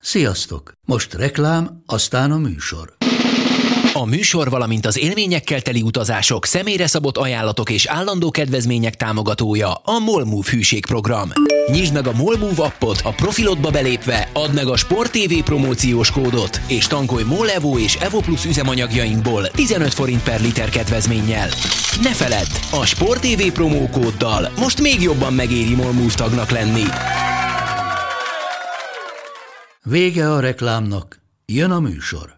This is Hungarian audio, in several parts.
Sziasztok! Most reklám, aztán a műsor. A műsor, valamint az élményekkel teli utazások, személyre szabott ajánlatok és állandó kedvezmények támogatója a MOL Move hűségprogram. Nyisd meg a MOL Move appot, a profilodba belépve, add meg a Sport TV promóciós kódot, és tankolj MOL Evo és Evo Plus üzemanyagjainkból 15 forint per liter kedvezménnyel. Ne feledd, a Sport TV promókóddal most még jobban megéri MOL Move tagnak lenni. Vége a reklámnak, jön a műsor.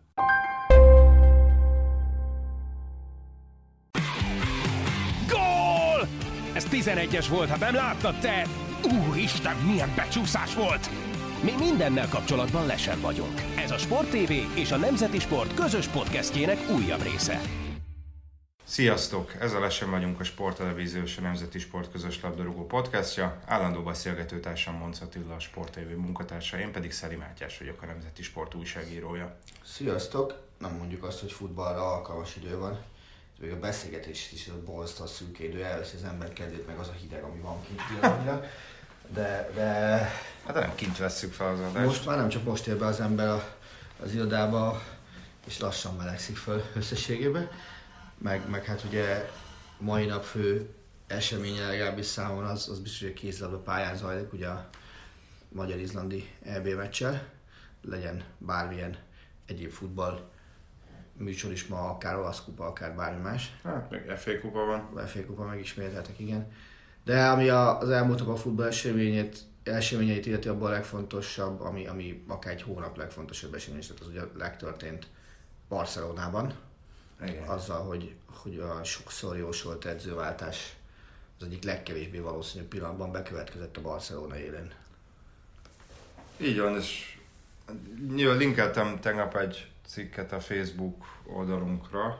Gól! Ez 11-es volt, ha nem láttad te! Úristen, milyen becsúszás volt! Mi mindennel kapcsolatban lesen vagyunk. Ez a Sport TV és a Nemzeti Sport közös podcastjének újabb része. Sziasztok! Ez a Lesen vagyunk, a Sporttelevízió és a Nemzeti Sport közös labdarúgó podcastja. Állandó beszélgetőtársam Monc Attila, a Sport TV munkatársa, én pedig Szeli Mátyás vagyok, a Nemzeti Sport újságírója. Sziasztok! Nem mondjuk azt, hogy futballra alkalmas idő van. Még a beszélgetést is a borzasztó a szűk idő, elveszi az ember kedvét, meg az a hideg, ami van kint pillanatnyilag. De... Hát nem kint vesszük fel az adást. Most már nem csak most ér be az ember az irodába, és lassan melegszik föl összességében. Meg hát ugye mai nap fő eseménye legalábbis számomra az biztos, hogy a kézilabda pályán zajlik, ugye a magyar-izlandi EB meccsel. Legyen bármilyen egyéb futball műsor is ma, akár olasz kupa, akár bármi más. Hát meg FA kupa van. FA kupa megismételtek, igen. De ami az elmúlt napok futball eseményeit illeti, abban a legfontosabb, ami akár egy hónap legfontosabb esemény, tehát az ugye legtörtént Barcelonában. Igen. Azzal, hogy a sokszor jósolt edzőváltás az egyik legkevésbé valószínű pillanatban bekövetkezett a Barcelona élén. Így van, és nyilván linkeltem tegnap egy cikket a Facebook oldalunkra,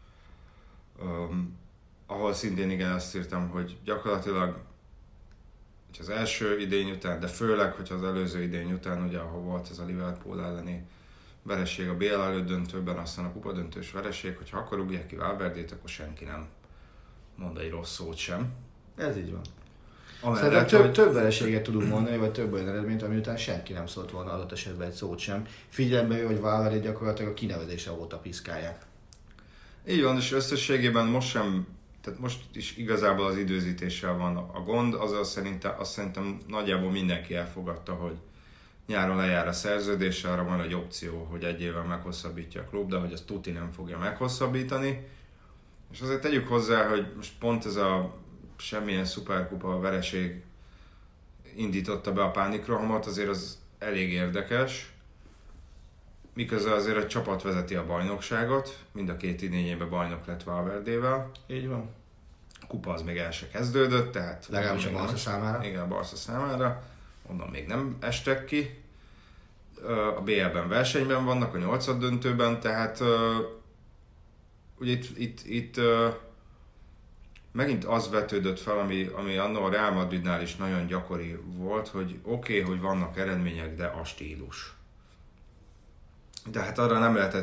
ahol szintén igen azt írtam, hogy gyakorlatilag hogy az első idény után, de főleg, hogy az előző idény után, ugye ahol volt ez a Liverpool elleni vereség a BL elődöntőben, aztán a kupadöntős vereség, hogyha akkor rúgják ki Valverdét, akkor senki nem mond egy rossz szót sem. Ez így van. Amellett, Szerintem több vereséget tudunk mondani, vagy több olyan eredményt, ami után senki nem szólt volna adott esetben egy szót sem. Figyelembe, hogy Valverdét gyakorlatilag a kinevezése óta piszkálják. Így van, és összességében most is igazából az időzítéssel van a gond, azt szerintem nagyjából mindenki elfogadta, hogy nyáron lejár a szerződés, arra van egy opció, hogy egy évvel meghosszabbítja a klub, de hogy azt tuti nem fogja meghosszabbítani. És azért tegyük hozzá, hogy most pont ez a semmilyen szuperkupa vereség indította be a pánikrohamot, azért az elég érdekes. Miközben azért a csapat vezeti a bajnokságot, mind a két idényében bajnok lett Valverdével. Így van. A kupa az még el se kezdődött, tehát... Legalábbis a Barca számára. Igen, a Barca számára. Onnan még nem estek ki. A BL-ben versenyben vannak, a 8. döntőben, tehát ugye itt megint az vetődött fel, ami annól a Real Madridnál is nagyon gyakori volt, hogy oké, hogy vannak eredmények, de a stílus. De hát arra nem lehetett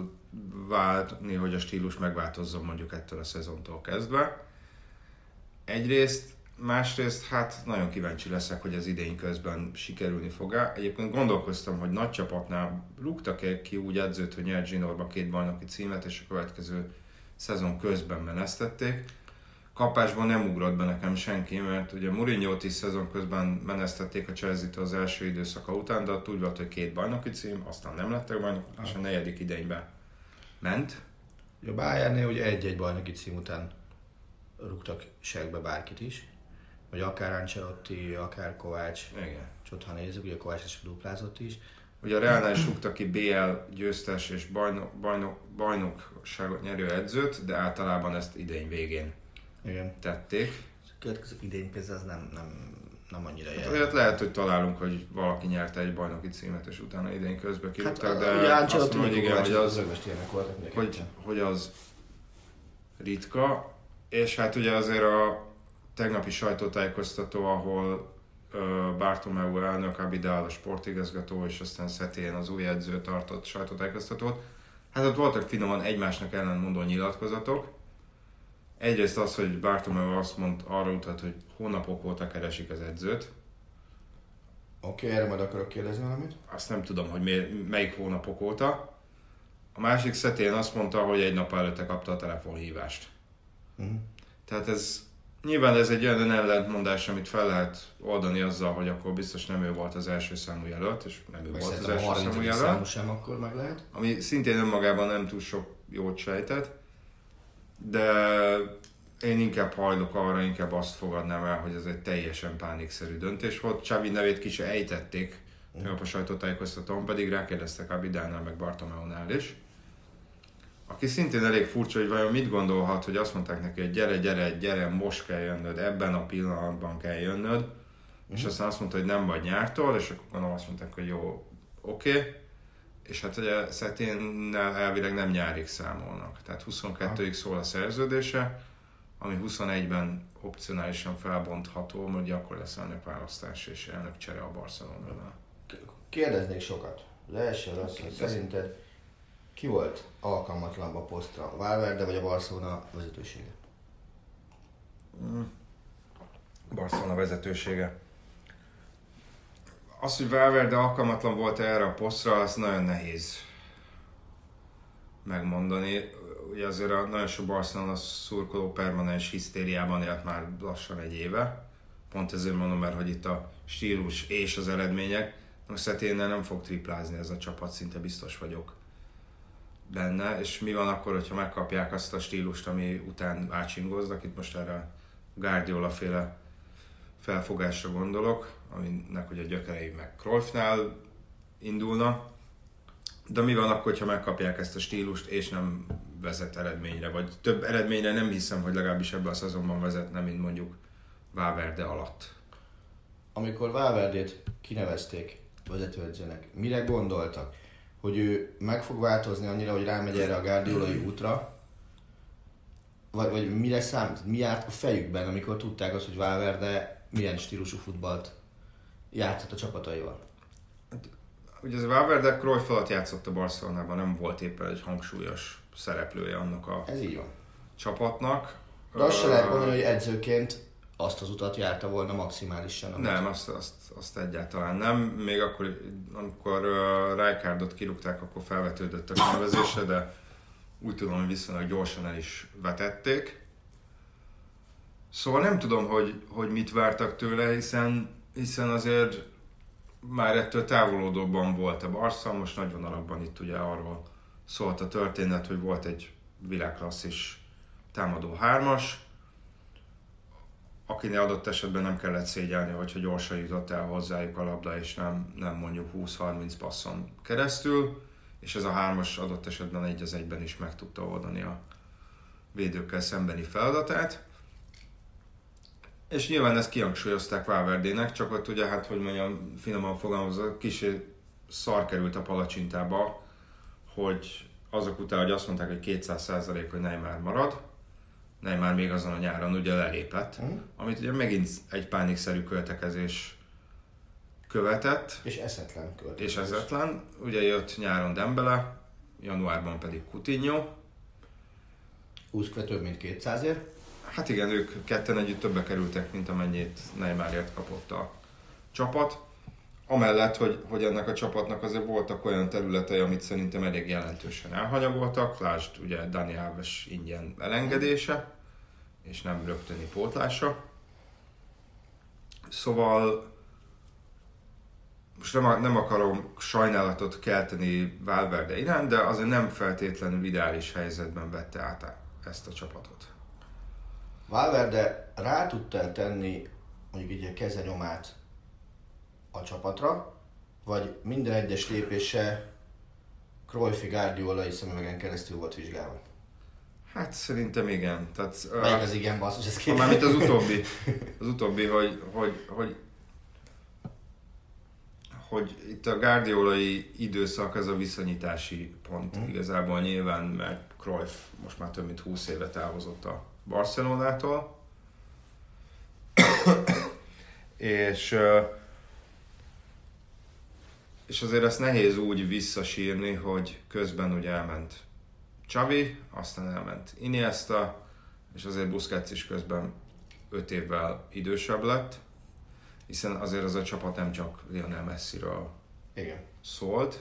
várni, hogy a stílus megváltozzon mondjuk ettől a szezontól kezdve. Egyrészt, másrészt hát nagyon kíváncsi leszek, hogy az idény közben sikerülni fog-e. Egyébként gondolkoztam, hogy nagy csapatnál rúgtak ki úgy edzőt, hogy nyert Zsinórba 2 bajnoki címet, és a következő szezon közben menesztették. Kapásból nem ugrott be nekem senki, mert ugye Mourinho-t is szezon közben menesztették a Chelsea-től az első időszaka után, de ott úgy volt, hogy 2 bajnoki cím, aztán nem lettek bajnokok, és a 4. idényben ment. A Bayernnél ugye egy-egy bajnoki cím után rúgtak segbe bárkit is, vagy akár Ancelotti, akár Kovács. Igen. Csak ha nézzük, ugye Kovács is duplázott is. Ugye a Realnál is rúgtak ki BL győztes és bajnokságot nyerő edzőt, de általában ezt idény végén tették. A következő idény közben az nem annyira Hát olyat lehet, hogy találunk, hogy valaki nyerte egy bajnoki címet, és utána idén közben kirúgtak, hát, de ugye azt mondom, hogy igen, hogy az ritka, és hát ugye azért a tegnapi sajtótájékoztató, ahol Bartomeu elnök, Abidal a sportigazgató, és aztán Setien az új edző tartott sajtótájékoztatót, hát ott voltak finoman egymásnak ellentmondó nyilatkozatok. Egyrészt az, hogy Bartomeu arra utalt, hogy hónapok óta keresik az edzőt. Oké, erre majd akarok kérdezni valamit. Azt nem tudom, hogy melyik hónapok óta. A másik Setien azt mondta, hogy egy nap előtte kapta a telefonhívást. Tehát nyilván ez egy olyan ellentmondás, amit fel lehet oldani azzal, hogy akkor biztos nem ő volt az első számú jelölt, és nem ő volt az első számú jelölt. Sem akkor meg lehet. Ami szintén önmagában nem túl sok jót sejtett, de én inkább hajlok arra, inkább azt fogadnám el, hogy ez egy teljesen pánikszerű döntés volt. Xavi nevét ki se ejtették a sajtótájékoztatón, pedig rákérdeztek Abidánál meg Bartomeónál is. Aki szintén elég furcsa, hogy vajon mit gondolhat, hogy azt mondták neki, hogy gyere, most kell jönnöd, ebben a pillanatban kell jönnöd, és aztán azt mondta, hogy nem vagy nyártól, és akkor azt mondták, hogy jó, oké. És hát ugye Setiennel elvileg nem nyárig számolnak, tehát 22-ig szól a szerződése, ami 21-ben opcionálisan felbontható, mert ugye akkor lesz elnökválasztás és elnökcsere a Barcelonánál. Kérdeznék sokat. Az első az, hogy szerinted ki volt alkalmatlan a posztra? A Valverde vagy a Barcelona vezetősége? Barcelona vezetősége. Az, hogy Valverde alkalmatlan volt erre a posztra, az nagyon nehéz megmondani. Ugye azért nagyon sok Barcelona szurkoló permanens hisztériában élt már lassan egy éve. Pont ezért mondom, mert hogy itt a stílus és az eredmények. Most Setiennel nem fog triplázni ez a csapat, szinte biztos vagyok benne. És mi van akkor, hogyha megkapják azt a stílust, ami után átsingoznak? Itt most erre a Guardiola-féle felfogásra gondolok, aminek ugye a gyökerei meg Cruyffnál indulna. De mi van akkor, ha megkapják ezt a stílust, és nem vezet eredményre, vagy több eredményre nem hiszem, hogy legalábbis ebben a szezonban vezetne, mint mondjuk Valverde alatt. Amikor Valverdét kinevezték vezetőedzőnek, mire gondoltak? Hogy ő meg fog változni annyira, hogy rámegy erre a Guardiolai útra? Vagy mire számít? Mi járt a fejükben, amikor tudták azt, hogy Valverde milyen stílusú futballt játszott a csapataival? Ugye az Valverde Cruyff alatt játszott a Barcelonában, nem volt éppen egy hangsúlyos szereplője annak a Ez így van. csapatnak. De azt se lehet mondani, hogy edzőként azt az utat járta volna maximálisan. Nem, azt egyáltalán nem. Még akkor, amikor Rijkaardot kirúgták, akkor felvetődött a kinevezése, de úgy tudom, hogy viszonylag gyorsan el is vetették. Szóval nem tudom, hogy mit vártak tőle, hiszen azért már ettől távolodóban volt a Barca, most nagy vonalakban itt ugye arról szólt a történet, hogy volt egy világklasszis támadó hármas, akinél adott esetben nem kellett szégyelni, hogyha gyorsan jutott el hozzájuk a labda, és nem mondjuk 20-30 passzon keresztül, és ez a hármas adott esetben 1-1-ben is meg tudta oldani a védőkkel szembeni feladatát. És nyilván ezt kihangsúlyozták Valverdének, csak ott ugye, hát hogy mondjam, finoman fogalmazva, kicsi szar került a palacsintába, hogy azok után, hogy azt mondták, hogy 200%, hogy Neymar marad, Neymar még azon a nyáron ugye lelépett, amit ugye megint egy pánikszerű költekezés követett. És eszetlen költekezés. És eszetlen. Ugye jött nyáron Dembele, januárban pedig Coutinho. 20 több mint 200-ért. Hát igen, ők ketten együtt többe kerültek, mint amennyit Neymarért kapott a csapat. Amellett, hogy ennek a csapatnak azért voltak olyan területei, amit szerintem elég jelentősen elhanyagoltak. Lásd ugye Dani Alves ingyen elengedése, és nem rögtöni pótlása. Szóval most nem akarom sajnálatot kelteni Valverde iránt, de azért nem feltétlenül ideális helyzetben vette át ezt a csapatot. Valverde rá tudta tenni mondjuk így a kezenyomát a csapatra, vagy minden egyes lépése Cruyffi Guardiolai szemüvegen keresztül volt vizsgálva? Hát szerintem igen. Tehát, melyik az igen basszus, ez kérdez. Mármint az utóbbi, hogy itt a Guardiolai időszak ez a viszonyítási pont igazából nyilván, mert Cruyff most már több mint 20 évet elhozott a Barcelonától. és azért ezt nehéz úgy visszasírni, hogy közben ugye elment Xavi, aztán elment Iniesta, és azért Busquets is közben 5 évvel idősebb lett. hiszen azért az a csapat nem csak Lionel Messiről szólt.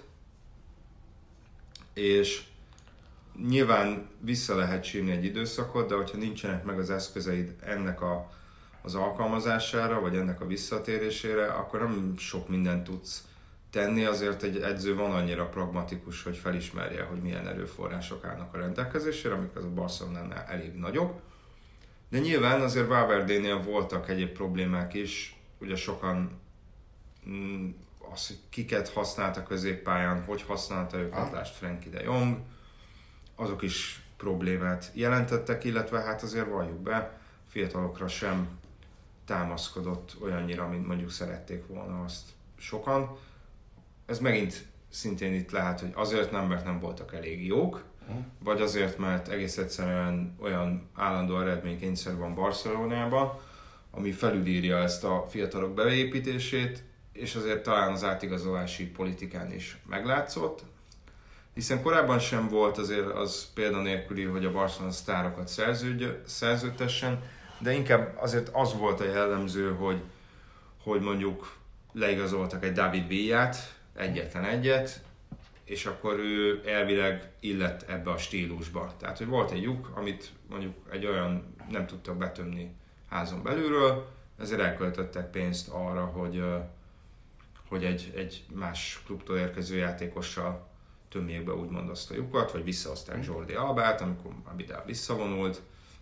És nyilván vissza lehet sírni egy időszakot, de hogyha nincsenek meg az eszközeid ennek az alkalmazására, vagy ennek a visszatérésére, akkor nem sok mindent tudsz tenni. Azért egy edző van annyira pragmatikus, hogy felismerje, hogy milyen erőforrások állnak a rendelkezésére, amik az a Barcelonánál elég nagyok. De nyilván azért Valverdénél voltak egyéb problémák is, ugye sokan az, hogy kiket használt a középpályán, hogy használta őket, lásd Frenkie de Jong, azok is problémát jelentettek, illetve hát azért valljuk be, fiatalokra sem támaszkodott olyannyira, mint mondjuk szerették volna azt sokan. Ez megint szintén itt lehet, hogy azért nem, mert nem voltak elég jók, vagy azért, mert egész egyszerűen olyan állandó eredménykényszer van Barcelonában, ami felülírja ezt a fiatalok beépítését, és azért talán az átigazolási politikán is meglátszott, hiszen korábban sem volt azért az példanélküli, hogy a Barcelona sztárokat szerződtessen, de inkább azért az volt a jellemző, hogy mondjuk leigazoltak egy David Villát, egyetlen egyet, és akkor ő elvileg illett ebbe a stílusba. Tehát, hogy volt egy lyuk, amit mondjuk egy olyan nem tudtak betömni házon belülről, ezért elköltöttek pénzt arra, hogy egy más klubtól érkező játékossal tömjék be úgymond azt a lyukat, vagy visszahozták Jordi Albát, amikor Abidal visszavonult.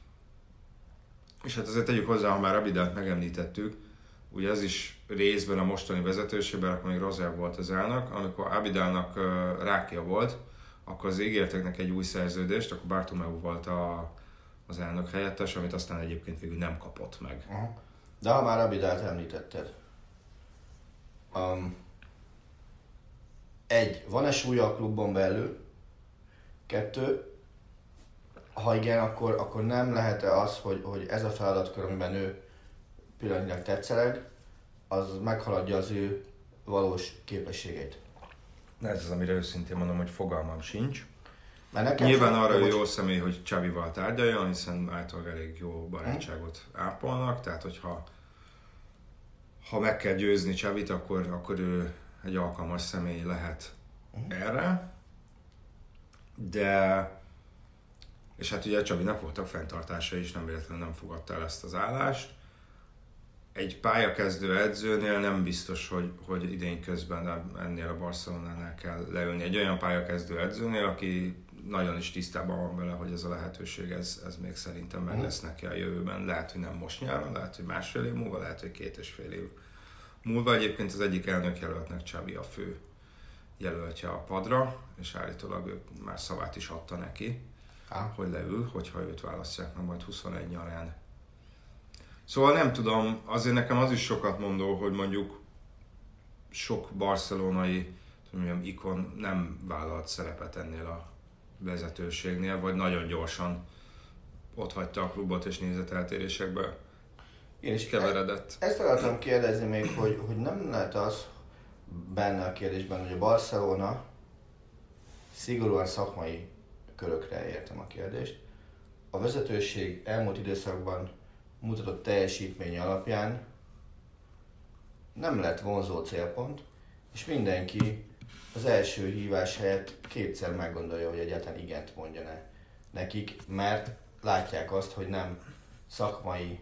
És hát azért tegyük hozzá, ha már Abidalt megemlítettük, ugye ez is részben a mostani vezetőségben, akkor még Rosell volt az elnök, amikor Abidalnak rákja volt, akkor az ígértek neki egy új szerződést, akkor Bartomeu volt az elnök helyettes, amit aztán egyébként végül nem kapott meg. De ha már Abidalt említetted, van-e súlya a klubon belül? 2, ha igen, akkor nem lehet-e az, hogy ez a feladatkör, amiben ő pillanatnyilag tetszeleg, az meghaladja az ő valós képességeit? Ez az, amire őszintén mondom, hogy fogalmam sincs. Nekem nyilván arra ő jó személy, hogy Xavival tárgyaljon, hiszen általában elég jó barátságot ápolnak, tehát hogyha meg kell győzni Xavit, akkor ő egy alkalmas személy lehet erre. De, és hát ugye Xavinak voltak fenntartásai is, nem véletlenül nem fogadta el ezt az állást. Egy pályakezdő edzőnél nem biztos, hogy idén közben ennél a Barcelonánál kell leülni. Egy olyan pályakezdő edzőnél, aki nagyon is tisztában van vele, hogy ez a lehetőség, ez még szerintem meg lesz neki a jövőben. Lehet, hogy nem most nyáron, lehet, hogy másfél év múlva, lehet, hogy 2,5 év múlva. Egyébként az egyik elnökjelöltnek Xavi a fő jelöltje a padra, és állítólag ő már szavát is adta neki, hogy leül, hogyha őt választják meg majd 21 nyarán. Szóval nem tudom, azért nekem az is sokat mondó, hogy mondjuk sok barcelonai ikon nem vállalt szerepet ennél a vezetőségnél, vagy nagyon gyorsan otthagyta a klubot és nézeteltérésekbe keveredett. Ezt akartam kérdezni még, hogy nem lehet az benne a kérdésben, hogy a Barcelona szigorúan szakmai körökre értem a kérdést. A vezetőség elmúlt időszakban mutatott teljesítmény alapján nem lett vonzó célpont, és mindenki az első hívás helyett kétszer meggondolja, hogy egyáltalán igent mondjon nekik, mert látják azt, hogy nem szakmai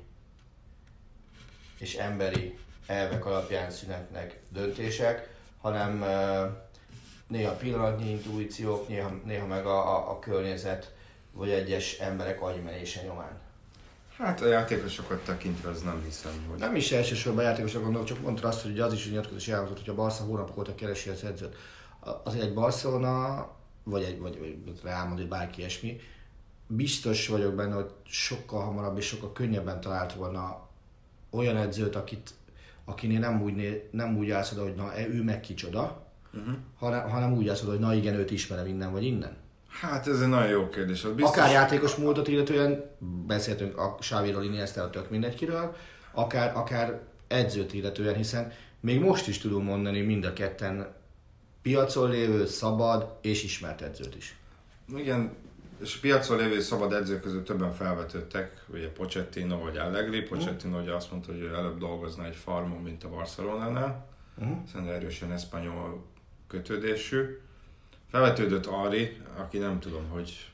és emberi elvek alapján születnek döntések, hanem néha pillanatnyi intuíciók, néha meg a környezet, vagy egyes emberek agymenése nyomán. Hát a játékosokat tekintve az nem hiszem, hogy... Nem is elsősorban a játékosok gondolok, csak mondta azt, hogy az is nyilatkozás elhangzott, hogy a Barca hónapok óta keresi az edzőt. Azért egy Barcelona, vagy Real Madrid, bárki ilyesmi, biztos vagyok benne, hogy sokkal hamarabb és sokkal könnyebben talált volna olyan edzőt, akinél nem úgy állsz oda, hogy na, ő meg kicsoda, hanem úgy állsz oda, hogy na igen, őt ismerem innen vagy innen. Hát ez egy nagyon jó kérdés. Biztos... Akár játékos múltat illetően, beszéltünk a Xaviról, Iniestáról, tök mindegy kiről, akár edzőt illetően, hiszen még most is tudunk mondani mind a ketten piacon lévő, szabad és ismert edzőt is. Igen, és piacon lévő szabad edzők között többen felvetődtek, ugye Pochettino vagy Allegri. Pochettino ugye azt mondta, hogy ő előbb dolgozna egy farmon, mint a Barcelonánál. Szerintem erősen eszpanyol kötődésű. Felvetődött Ari, aki nem tudom, hogy...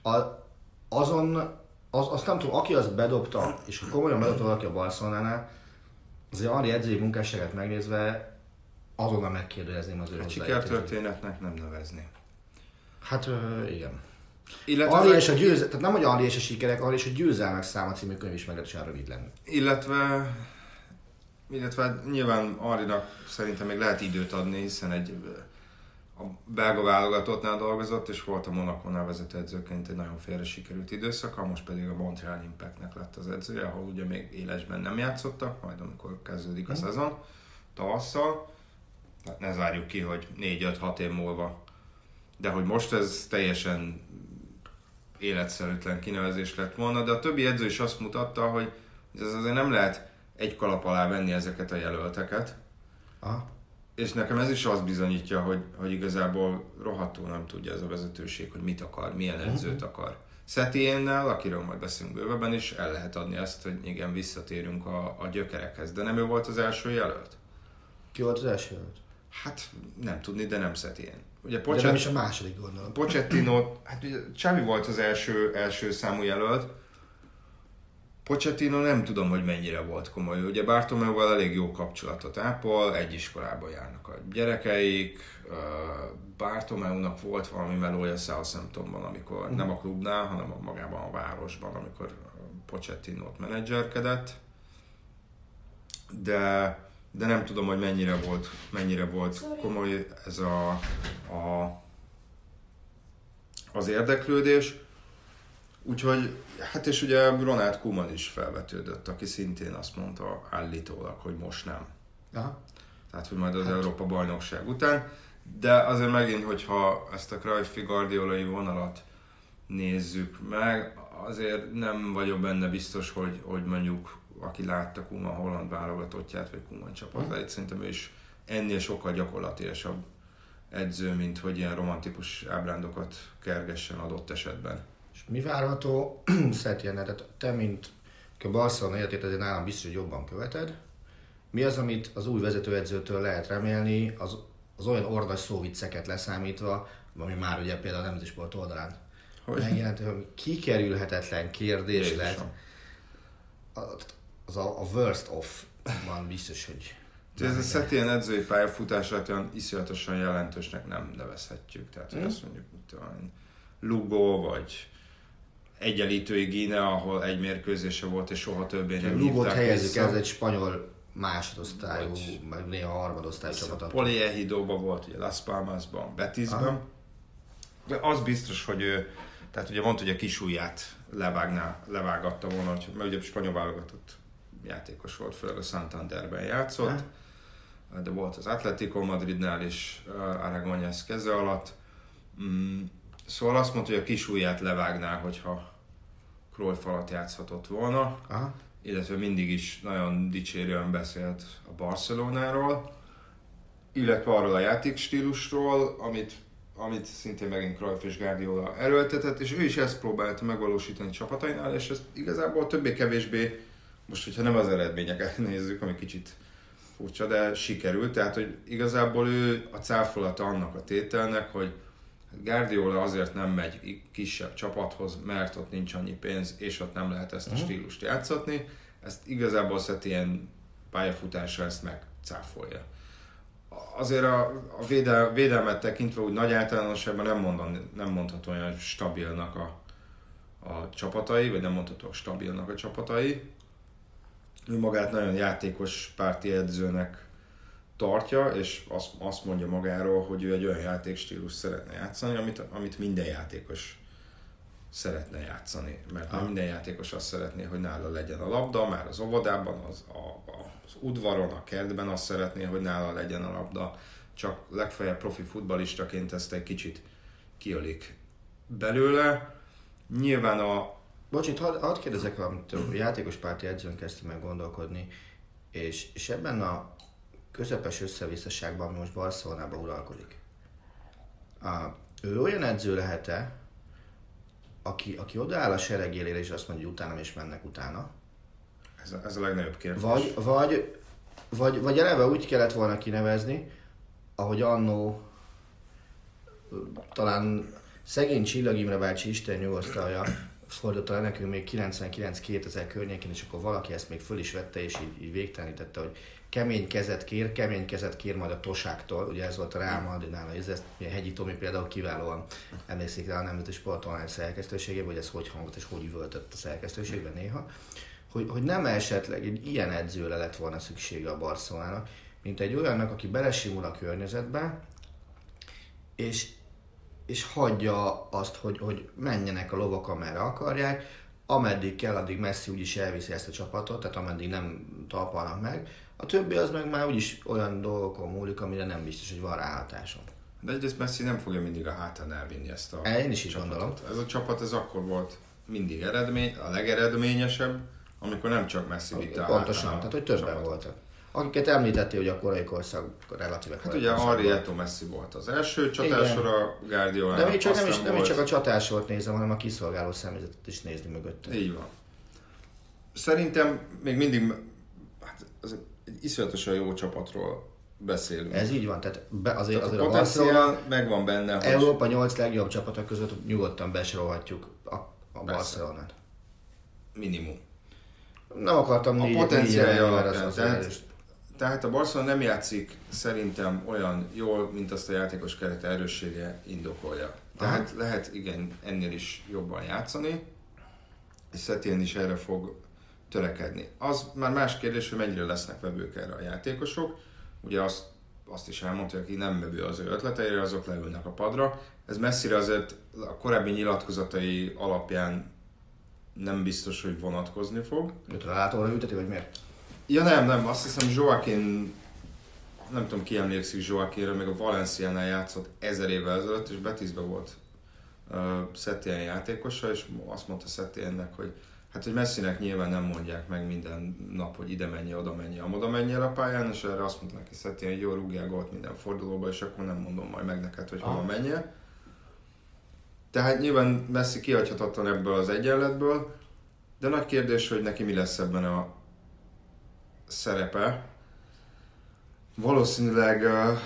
Azt nem tudom, aki azt bedobta, és komolyan bedobta valaki a Barcelonánál, azért Ari edzői munkásságát megnézve azonnal megkérdőjezném az ő egy sikertörténetnek nem nevezni. Hát igen. Illetve és a tehát nem, hogy Ari és a sikerek, Ari és a győzelmek száma című könyv is meglehetősen rövid lenni. Illetve nyilván Arinak szerintem még lehet időt adni, hiszen a belga válogatottnál dolgozott, és volt a Monacónál vezetőedzőként egy nagyon félre sikerült időszaka, most pedig a Montreal Impactnek lett az edzője, ahol ugye még élesben nem játszottak, majd amikor kezdődik a szezon tavasszal. Hát ne zárjuk ki, hogy 4-5-6 év múlva. De hogy most ez teljesen életszerűtlen kinevezés lett volna, de a többi edző is azt mutatta, hogy ez azért nem lehet egy kalap alá venni ezeket a jelölteket. Aha. És nekem ez is azt bizonyítja, hogy igazából rohadtul nem tudja ez a vezetőség, hogy mit akar, milyen edzőt akar. Setien-nel, akiről majd beszélünk bővebben is, el lehet adni ezt, hogy igen, visszatérünk a gyökerekhez. De nem ő volt az első jelölt? Ki volt az első jelölt? Hát nem tudni, de nem Setien. Ugye De nem is a második, gondolom. Pochettino, hát ugye Xavi volt az első számú jelölt. Pochettino nem tudom, hogy mennyire volt komoly. Ugye Bartomeuval elég jó kapcsolatot ápol, egy iskolában járnak a gyerekeik. Bartomeunak volt valami melója Southamptonban, amikor nem a klubnál, hanem magában a városban, amikor Pochettinót menedzserkedett. De nem tudom, hogy mennyire volt komoly ez az érdeklődés. Úgyhogy, hát és ugye Ronald Koeman is felvetődött, aki szintén azt mondta állítólag, hogy most nem. Aha. Tehát, hogy majd az Európa-bajnokság után. De azért megint, hogyha ezt a Cruyffi Guardiolai vonalat nézzük meg, azért nem vagyok benne biztos, hogy mondjuk aki látta Koeman holland válogatottját, vagy Koeman csapatait, szerintem ő is ennél sokkal gyakorlatilasabb edző, mint hogy ilyen romantikus ábrándokat kergessen adott esetben. És mi várható Setien-nel? Tehát te, mint a Barcelona életét azért nálam biztos, hogy jobban követed. Mi az, amit az új vezetőedzőtől lehet remélni, az olyan ordas szóvicceket leszámítva, ami már ugye például a Nemzetisport oldalán megjelent, hogy kikerülhetetlen kérdés lett. A worst of van biztos, hogy... Ez a Setien edzői pályafutását olyan iszonyatosan jelentősnek nem nevezhetjük. Tehát, hogy azt mondjuk, Lugo, vagy Egyenlítői Guinea, ahol egy mérkőzése volt, és soha többé nem Lugot hívták helyezzük, vissza. ez egy spanyol másodosztályú, meg néha harmadosztályú csapat. Poliehidóban volt, ugye Las Palmasban, Betisben. De az biztos, hogy ő, tehát ugye mondta, hogy a kisujját levágatta volna, mert ugye spanyol válogatott játékos volt, főleg a Santanderben játszott, de volt az Atletico Madridnál is Aragonés keze alatt. Szóval azt mondta, hogy a kisujját levágná, hogyha Cruyff alatt játszhatott volna. Aha. Illetve mindig is nagyon dicsérően beszélt a Barcelonáról, illetve arról a játékstílusról, amit szintén megint Cruyff és Guardiola erőltetett, és ő is ezt próbálta megvalósítani csapatainál, és ez igazából többé-kevésbé, most hogyha nem az eredményeket nézzük, ami kicsit furcsa, de sikerült, tehát hogy igazából ő a cáfolata annak a tételnek, hogy Guardiola azért nem megy kisebb csapathoz, mert ott nincs annyi pénz, és ott nem lehet ezt a stílust játszatni. Ezt igazából Setien pályafutása ezt megcáfolja. Azért a védelmet tekintve úgy nagy általánosságban nem mondható olyan stabilnak a csapatai, vagy nem mondható stabilnak a csapatai. Ő magát nagyon játékos párti edzőnek tartja, és azt mondja magáról, hogy ő egy olyan játékstílus szeretne játszani, amit minden játékos szeretne játszani. Mert minden játékos azt szeretné, hogy nála legyen a labda, már az óvodában, az udvaron, a kertben azt szeretné, hogy nála legyen a labda. Csak legfeljebb profi futballistaként ezt egy kicsit kiölik belőle. Nyilván Bocs, hadd kérdezek valamit, a játékospárti edzőn kezdtem meg gondolkodni, és ebben a közepes összevisszaságban, ami most Barcelonában uralkodik. Ő olyan edző lehet-e, aki odaáll a sereg élére, és azt mondja, hogy utánam, és mennek utána. Ez a legnagyobb kérdés. Vagy eleve úgy kellett volna kinevezni, ahogy annó talán szegény Csillag Imre bácsi, Isten nyugosztalja, fordította le nekünk még 99-2000 környékén, és akkor valaki ezt még föl is vette, és így végtelenítette, hogy kemény kezet kér majd a Tosáktól, ugye ez volt a Real Madridnál, ez Hegyi Tomi például kiválóan emlékszik rá a Nemzeti Sport Online szerkesztőségében, hogy ez hogy hangolt és hogy üvöltött a szerkesztőségben néha, hogy nem esetleg egy ilyen edzőre lett volna szüksége a Barcelonának, mint egy olyannak, aki belesimul a környezetbe, és hagyja azt, hogy menjenek a lovak, amerre akarják, ameddig kell, addig Messi úgyis elviszi ezt a csapatot, tehát ameddig nem talpalnak meg. A többi az meg már úgyis olyan dolgokon múlik, amire nem biztos, hogy van ráhatásom. De egyrészt Messi nem fogja mindig a hátán elvinni ezt a Én is így gondolom. Ez a csapat, ez akkor volt mindig a legeredményesebb, amikor nem csak Messi vitte a hátán. Pontosan, tehát hogy többen voltak. Akiket említettél, hogy a korai korszak relatíve korai ugye Henri Eto'o Messi volt az első csatásor, a Guardiola. De még csak nem csak a csatásort nézem, hanem a kiszolgáló személyzetet is nézni mögötte. Így van. Szerintem még mindig ez egy iszonyatosan jó csapatról beszélünk. Ez így van, tehát azért a potenciál megvan benne, hogy... Európa 8 legjobb csapata között nyugodtan besorolhatjuk a Barcelonát. Minimum. Nem akartam a potenciálja alapján. Az tehát a Barcelona nem játszik szerintem olyan jól, mint azt a játékos keret erőssége indokolja. Tehát lehet igen ennél is jobban játszani, és Setien is erre fog törekedni. Az már más kérdés, hogy mennyire lesznek vevők erre a játékosok. Ugye azt is elmondta, hogy aki nem vevő az ő ötleteire, azok leülnek a padra. Ez messzire azért a korábbi nyilatkozatai alapján nem biztos, hogy vonatkozni fog. Őt a látóra ülteti, vagy miért? Ja nem, azt hiszem Joaquin, nem tudom ki emlékszik Joaquinra, még a Valenciánál játszott 1000 évvel ezelőtt, és Betisben volt Setien játékosa, és azt mondta Setiennek, hogy hogy Messinek nyilván nem mondják meg minden nap, hogy ide menj, oda menj, amoda menjél a pályán, és erre azt mondta neki Setien, hogy jó, rúgjál gólt minden fordulóba, és akkor nem mondom majd meg neked, hogy hova menjél. Tehát nyilván Messi kihagyhatatlan ebből az egyenletből, de nagy kérdés, hogy neki mi lesz ebben a szerepe. Valószínűleg,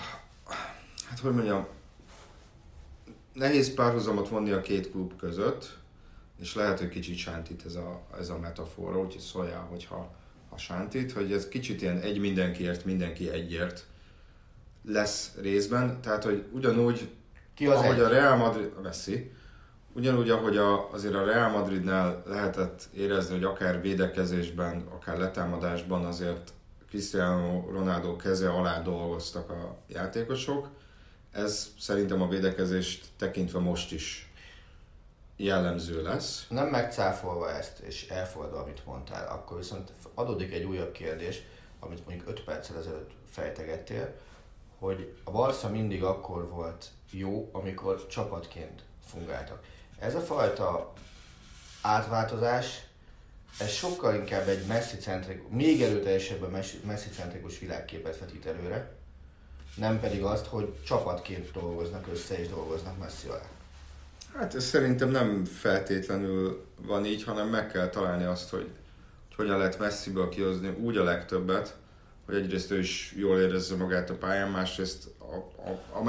nehéz párhuzamot vonni a két klub között, és lehet, hogy kicsit sántít ez a metafora, úgyhogy szóljál, hogyha sántít, hogy ez kicsit ilyen egy mindenkiért, mindenki egyért lesz részben, tehát, hogy ugyanúgy, ahogy a Real Madrid, Messi, ugyanúgy, ahogy azért a Real Madridnál lehetett érezni, hogy akár védekezésben, akár letámadásban azért Cristiano Ronaldo keze alá dolgoztak a játékosok. Ez szerintem a védekezést tekintve most is jellemző lesz. Nem megcáfolva ezt, és elfogadva, amit mondtál, akkor viszont adódik egy újabb kérdés, amit mondjuk 5 perccel ezelőtt fejtegettél, hogy a Barca mindig akkor volt jó, amikor csapatként fungáltak. Ez a fajta átváltozás, ez sokkal inkább egy még erőteljesebben messzicentrikus világképet vetít előre, nem pedig azt, hogy csapatként dolgoznak össze és dolgoznak Messi alá. Hát ez szerintem nem feltétlenül van így, hanem meg kell találni azt, hogy hogyan lehet Messiből kihozni úgy a legtöbbet, hogy egyrészt ő is jól érezze magát a pályán, másrészt a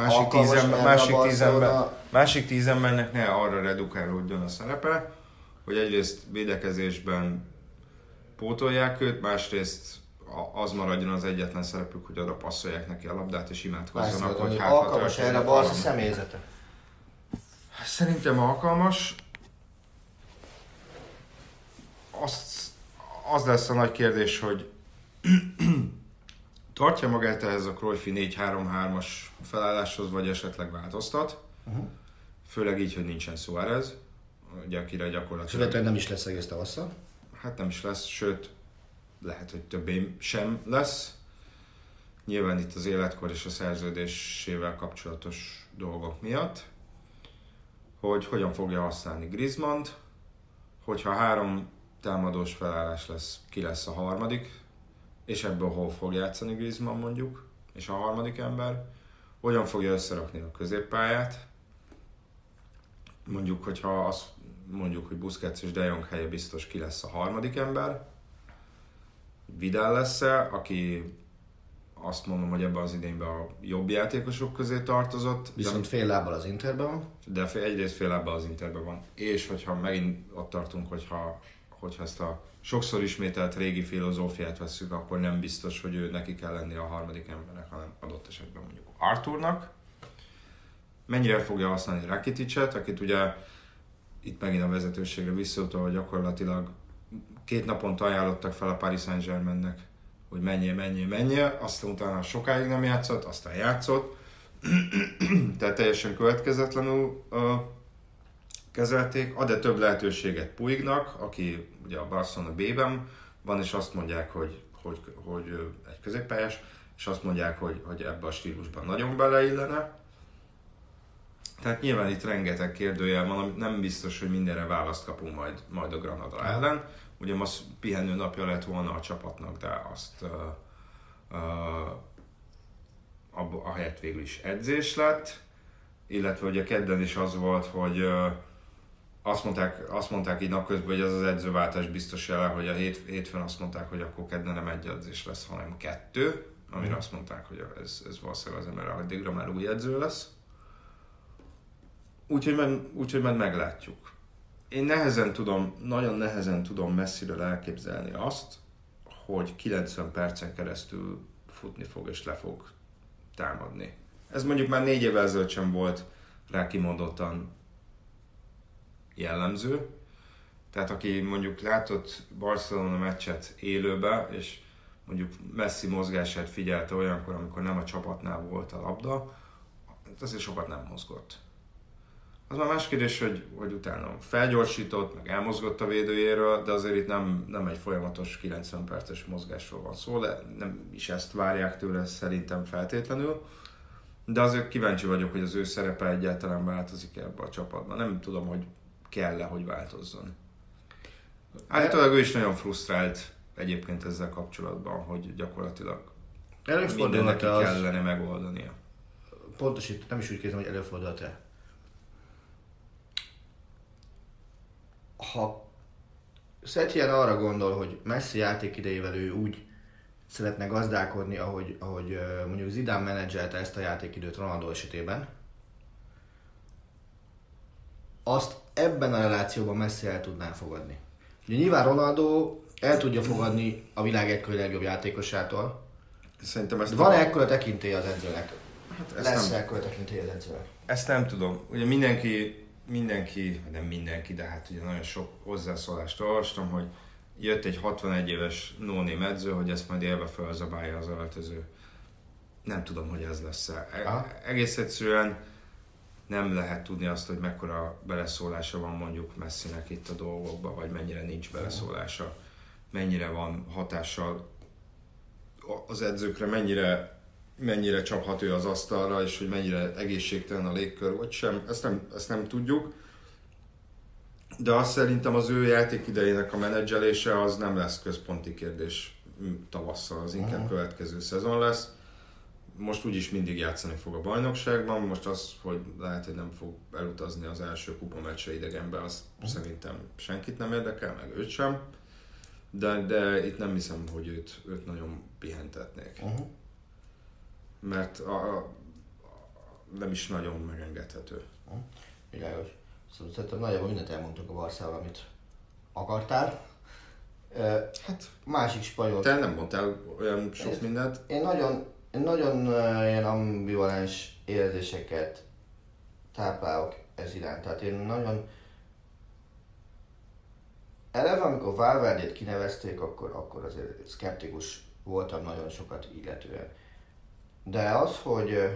másik 10 embernek ne arra redukálódjon a szerepe, hogy egyrészt védekezésben pótolják őt, másrészt az maradjon az egyetlen szerepük, hogy oda passzolják neki a labdát és imádkozzanak, hogy alkalmas erre a Barca személyzete. Szerintem alkalmas. Az lesz a nagy kérdés, hogy tartja magát ehhez a Cruyffi 4-3-3-as felálláshoz, vagy esetleg változtat. Főleg így, hogy nincsen Suárez, ugye akire gyakorlatilag... Sőt, nem is lesz egész tavasszal. Hát nem is lesz, sőt, lehet, hogy többé sem lesz. Nyilván itt az életkor és a szerződésével kapcsolatos dolgok miatt. Hogy hogyan fogja használni Griezmannt, hogyha 3 támadós felállás lesz, ki lesz a harmadik, és ebből hol fog játszani Griezmann mondjuk, és a harmadik ember, hogyan fogja összerakni a középpályát, mondjuk, hogyha azt mondjuk, hogy Busquets és De Jong helye biztos ki lesz a harmadik ember. Vidal lesz-e, aki azt mondom, hogy ebben az idényben a jobb játékosok közé tartozott. Viszont fél lábbal az Interben van. De egyrészt fél lábbal az Interben van. És hogyha megint ott tartunk, hogyha ezt a sokszor ismételt régi filozófiát vesszük, akkor nem biztos, hogy ő neki kell lennie a harmadik embernek, hanem adott esetben mondjuk Arthurnak. Mennyire fogja használni Rakiticet, akit ugye itt megint a vezetőségre visszautalva gyakorlatilag 2 naponta ajánlottak fel a Paris Saint-Germainnek, hogy menjél, aztán utána sokáig nem játszott, aztán játszott. Tehát teljesen következetlenül kezelték. Ad-e több lehetőséget Puignak, aki ugye a Barcelona B-ben van, és azt mondják, hogy egy középpályás, és azt mondják, hogy ebbe a stílusban nagyon beleillene. Tehát nyilván itt rengeteg kérdőjel van, amit nem biztos, hogy mindenre választ kapunk majd a Granada ellen. Ugye most pihenő napja lett volna a csapatnak, de azt a helyett végül is edzés lett. Illetve ugye kedden is az volt, hogy azt mondták így napközben, hogy ez az edzőváltás biztos jele, hogy a hétfőn azt mondták, hogy akkor kedden nem egy edzés lesz, hanem 2, amire azt mondták, hogy ez valószínűleg az ember addigra már új edző lesz. Úgyhogy majd meglátjuk. Én nagyon nehezen tudom messziről elképzelni azt, hogy 90 percen keresztül futni fog és le fog támadni. Ez mondjuk már 4 évvel ezelőtt sem volt rá kimondottan jellemző. Tehát aki mondjuk látott Barcelona meccset élőbe, és mondjuk Messi mozgását figyelte olyankor, amikor nem a csapatnál volt a labda, azért sokat nem mozgott. Az már más kérdés, hogy utána felgyorsított, meg elmozgott a védőjéről, de azért itt nem egy folyamatos 90 perces mozgásról van szó, de nem is ezt várják tőle szerintem feltétlenül. De azért kíváncsi vagyok, hogy az ő szerepe egyáltalán változik ebbe a csapatban. Nem tudom, hogy kell-e, hogy változzon. Állítólag ő is nagyon frusztrált egyébként ezzel kapcsolatban, hogy gyakorlatilag minden neki kellene megoldania. Pontosít, nem is úgy kérdezem, hogy előfordult-e. Ha Setien arra gondol, hogy Messi játékidejével ő úgy szeretne gazdálkodni, ahogy mondjuk Zidane menedzselte ezt a játékidőt Ronaldo esetében, azt ebben a relációban Messi el tudná fogadni. Ugye nyilván Ronaldo el tudja fogadni a világ egykori legjobb játékosától. Szerintem ezt van ekkora tekintélye az edzőnek? Hát lesz ekkora tekintélye az edzőnek? Ezt nem tudom. Ugye mindenki, nem mindenki, de hát ugye nagyon sok hozzászólást olvastam, hogy jött egy 61 éves no-name edző, hogy ezt majd élve felzabálja az öltöző. Nem tudom, hogy ez lesz-e. Egész egyszerűen nem lehet tudni azt, hogy mekkora beleszólása van mondjuk Messinek itt a dolgokban, vagy mennyire nincs beleszólása, mennyire van hatással az edzőkre, mennyire csaphat ő az asztalra, és hogy mennyire egészségtelen a légkör, vagy sem, ezt nem tudjuk. De azt szerintem az ő játékidejének a menedzselése az nem lesz központi kérdés tavasszal, az inkább következő szezon lesz. Most úgyis mindig játszani fog a bajnokságban, most az, hogy lehet, hogy nem fog elutazni az első kupa meccse idegenbe, az szerintem senkit nem érdekel, meg őt sem. De itt nem hiszem, hogy őt nagyon pihentetnék. Mert nem is nagyon megengedhető. Világos. Szóval szerintem nagyjából mindent elmondtunk a Barszával, amit akartál. Hát másik spanyol. Te nem mondtál olyan sok mindent? Én nagyon ilyen ambivalens érzéseket táplálok ez iránt. Tehát én nagyon eleve, amikor Valverdét kinevezték, akkor azért szkeptikus voltam nagyon sokat illetően. De az, hogy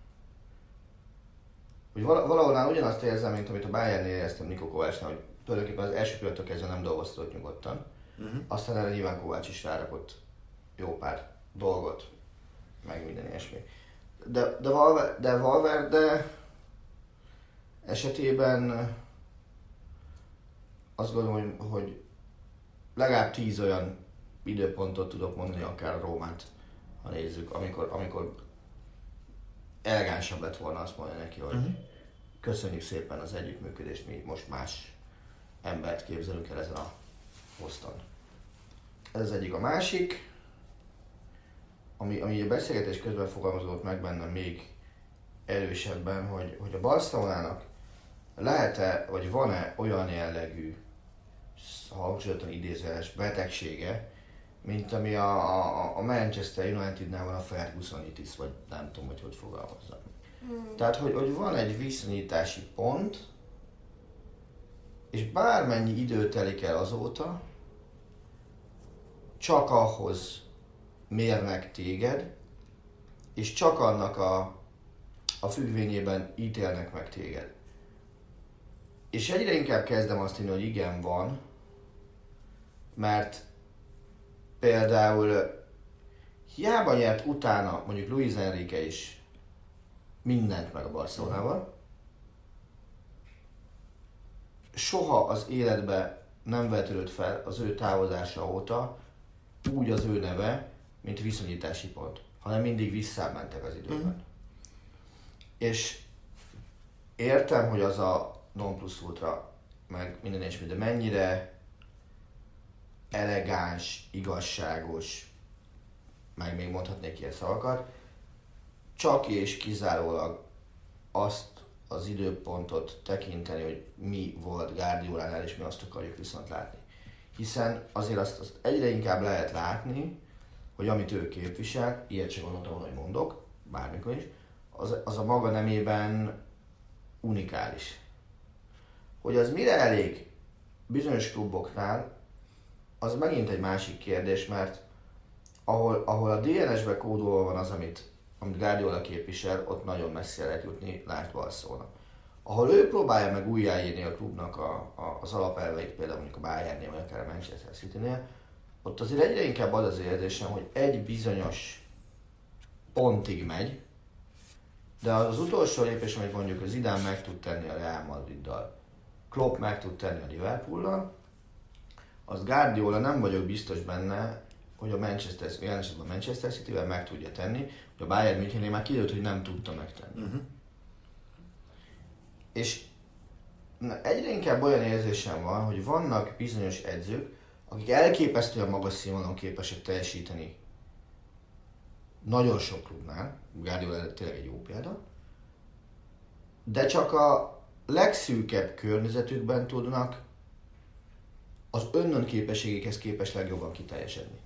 valahol már ugyanazt érzem, mint amit a Bayernnél éreztem Niko Kovácsnál, hogy tulajdonképpen az első pillanattól kezdve nem dolgoztatott nyugodtan. Aztán erre nyilván Kovács is rárakott jó pár dolgot, meg minden ilyesmi. De Valverde esetében azt gondolom, hogy legalább 10 olyan időpontot tudok mondani, akár a Rómát, ha nézzük, amikor elegánsabb lett volna azt mondani neki, hogy köszönjük szépen az együttműködést, mi most más embert képzelünk el ezen a poszton. Ez az egyik. A másik, ami a beszélgetés közben fogalmazódott meg bennem még erősebben, hogy a Barcelonának lehet-e, vagy van-e olyan jellegű, hangsúlyozottan idézőjeles betegsége, mint ami a Manchester Unitednál van a Fergusonitis, vagy nem tudom, hogy fogalmazzam. Tehát, hogy van egy viszonyítási pont, és bármennyi idő telik el azóta, csak ahhoz mérnek téged, és csak annak a függvényében ítélnek meg téged. És egyre inkább kezdem azt hinni, hogy igen, van, mert például hiába nyert utána mondjuk Luis Enrique is mindent meg a Barcelonával, soha az életbe nem vetődött fel az ő távozása óta úgy az ő neve, mint viszonyítási pont, hanem mindig visszámentek az időben. És értem, hogy az a non plus ultra, meg minden és minden, mennyire elegáns, igazságos, meg még mondhatnék ilyen szavakat, csak és kizárólag azt az időpontot tekinteni, hogy mi volt Guardiolánál, és mi azt akarjuk viszont látni. Hiszen azért azt egyre inkább lehet látni, hogy amit ő képvisel, ilyet sem gondoltam volna, hogy mondok, bármikor is, az a maga nemében unikális. Hogy az mire elég bizonyos kluboknál, az megint egy másik kérdés, mert ahol a DNS-be kódolva van az, amit Guardiola képvisel, ott nagyon messzire lehet jutni, lásd Barcelona. Ahol ő próbálja meg újjáírni a klubnak az alapelveit, például mondjuk a Bayernnél, vagy akár a Manchester Citynél, ott azért egyre inkább az érzésem, hogy egy bizonyos pontig megy, de az utolsó lépés, amit mondjuk az Zidane meg tud tenni a Real Madriddal, Klopp meg tud tenni a Liverpoollal, az Guardiola nem vagyok biztos benne, hogy a Manchester Cityvel meg tudja tenni, hogy a Bayern Münchennél már kiderült, hogy nem tudta megtenni. És egyre inkább olyan érzésem van, hogy vannak bizonyos edzők, akik elképesztően magas színvonalon képesek teljesíteni nagyon sok klubnál, Guardiola tényleg egy jó példa, de csak a legszűkebb környezetükben tudnak az önnön képességekhez képest legjobban kiteljesedni.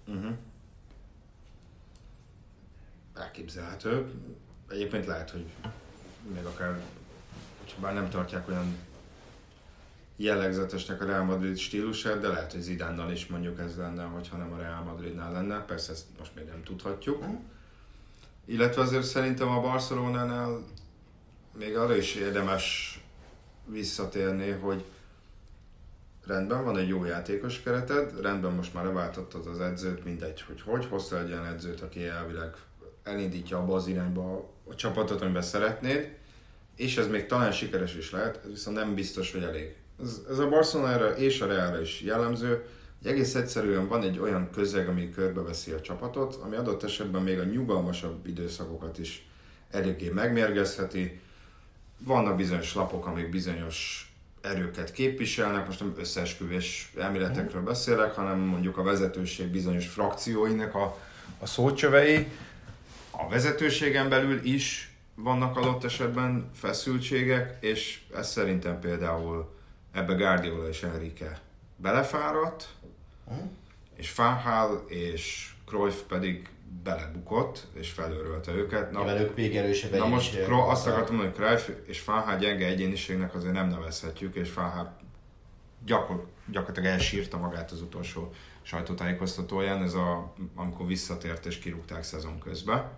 Elképzelhető. Egyébként lehet, hogy még akár, bár nem tartják olyan jellegzetesnek a Real Madrid stílusát, de lehet, hogy Zidánnal is mondjuk ez lenne, hogyha nem a Real Madridnál lenne. Persze ezt most még nem tudhatjuk. Illetve azért szerintem a Barcelonánál még arra is érdemes visszatérni, hogy rendben van egy jó játékos kereted, rendben most már leváltottad az edzőt, mindegy, hogy hoztál egy ilyen edzőt, aki elvileg elindítja abba az irányba a csapatot, amiben szeretnéd, és ez még talán sikeres is lehet, ez viszont nem biztos, hogy elég. Ez a Barcelonára és a Realra is jellemző, hogy egész egyszerűen van egy olyan közeg, ami körbeveszi a csapatot, ami adott esetben még a nyugalmasabb időszakokat is eléggé megmérgezheti. Vannak bizonyos lapok, amik bizonyos erőket képviselnek, most nem összeesküvés elméletekről beszélek, hanem mondjuk a vezetőség bizonyos frakcióinak a szócsövei. A vezetőségen belül is vannak adott esetben feszültségek, és ez szerintem például ebbe Guardiola és Enrique belefáradt, és Van Gaal és Cruyff pedig belebukott, és felőrölte őket. Na, ők még erősebben. Na most azt akartam mondani, hogy Cruyff és Van Gaal gyenge egyéniségnek azért nem nevezhetjük, és Van Gaal gyakorlatilag elsírta magát az utolsó sajtótájékoztatóján, amikor visszatért és kirúgták szezon közben.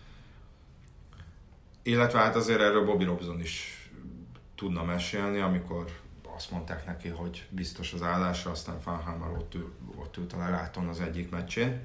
Illetve hát azért erről Bobby Robson is tudna mesélni, amikor azt mondták neki, hogy biztos az állása, aztán Van Gaal már ott ült a leláton az egyik meccsén.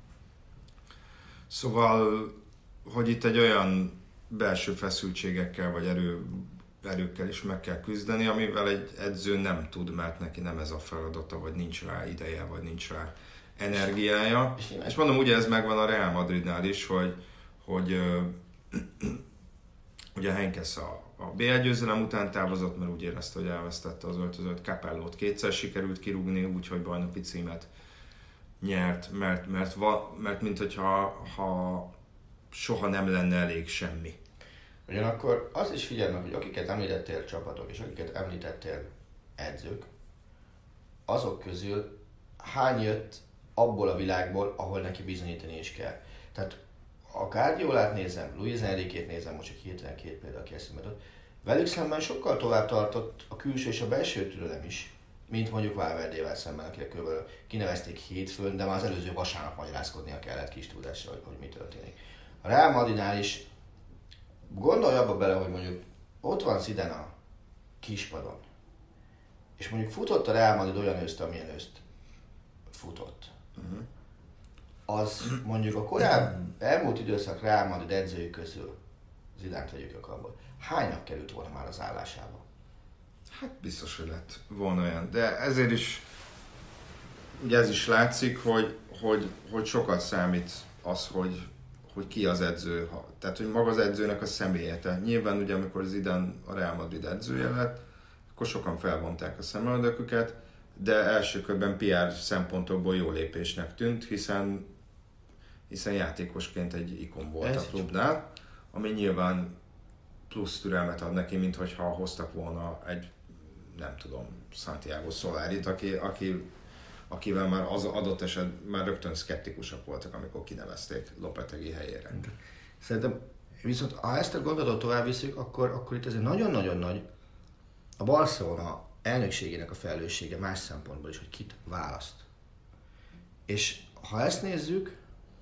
Szóval, hogy itt egy olyan belső feszültségekkel vagy erőkkel is meg kell küzdeni, amivel egy edző nem tud, mert neki nem ez a feladata, vagy nincs rá ideje, vagy nincs rá energiája. És mondom, ugye ez megvan a Real Madridnál is, hogy ugye Henkes a a BL győzelem után távozott, mert úgy érezte, hogy elvesztette az öltözőt. Capellót kétszer sikerült kirúgni, úgyhogy bajnoki címet nyert, mert mint hogyha soha nem lenne elég semmi. Ugyanakkor azt is figyeld meg, hogy akiket említettél csapatok, és akiket említettél edzők, azok közül hány jött abból a világból, ahol neki bizonyítani is kell. Tehát a Guardiolát nézem, Luis Enriquét nézem, most csak hirtelen két példa, aki eszembe jutott. Velük szemben sokkal tovább tartott a külső és a belső türelem is, mint mondjuk Valverdével szemben, akire kb. Kinevezték hétfőn, de már az előző vasárnap magyarázkodnia kellett kis tudással, hogy mi történik. A Real Madridnál is gondolj abba bele, hogy mondjuk ott van Zidane a kispadon, és mondjuk futott a Real Madrid olyan őszt, amilyen őszt futott. Az mondjuk a korábbi elmúlt időszak Real Madrid edzői közül, Zidánt vegyük abból, hánynak került volna már az állásába? Hát biztos, hogy lett volna olyan, de ezért is ugye ez is látszik, hogy sokat számít az, hogy ki az edző, tehát hogy maga az edzőnek a személye. Tehát nyilván ugye amikor Zidane a Real Madrid edzője lett, akkor sokan felvonták a szemöldöküket, de első körben PR szempontokból jó lépésnek tűnt, hiszen játékosként egy ikon volt a klubnál, ami nyilván plusz türelmet ad neki, mint hogyha hoztak volna egy, nem tudom, Santiago Solarit, akivel már az adott eset már rögtön szkeptikusak voltak, amikor kinevezték Lopetegui helyére. Szerintem viszont ha ezt a gondolatot tovább viszük, akkor itt ez egy nagyon-nagyon nagy a Barcelona elnökségének a felelőssége más szempontból is, hogy kit választ. És ha ezt nézzük,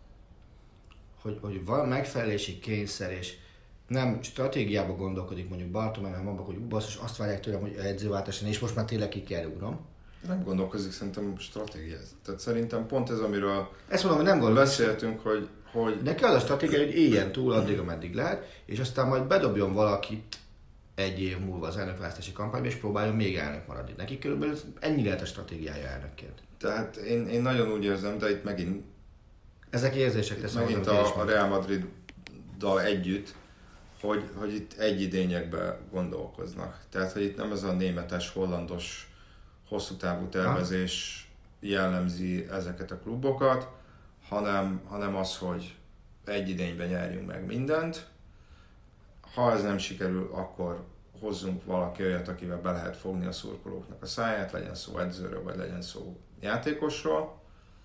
hogy van megfelelési kényszer, és nem stratégiába gondolkodik mondjuk Bartomeu, hanem abban, hogy basszus, azt várják tőlem, hogy edzőváltáson, és most már tényleg ki kell rúgnom. Nem gondolkozik szerintem stratégia. Tehát szerintem pont ez, amiről ezt mondom, hogy nem beszéltünk, hogy... Neki az a stratégia, hogy éljen túl addig, ameddig lehet, és aztán majd bedobjon valakit egy év múlva az elnökválasztási kampányba, és próbáljon még elnök maradni. Neki körülbelül ennyi lehet a stratégiája elnökként. Tehát én nagyon úgy érzem, de itt megint... Ezek érzések teszem. Megint a Real Madriddal együtt, hogy itt egyidényekben gondolkoznak. Tehát, hogy itt nem ez a németes, hollandos, hosszú távú tervezés jellemzi ezeket a klubokat, hanem az, hogy egy idényben nyerjünk meg mindent. Ha ez nem sikerül, akkor hozzunk valaki olyat, akivel be lehet fogni a szurkolóknak a száját, legyen szó edzőről, vagy legyen szó játékosról.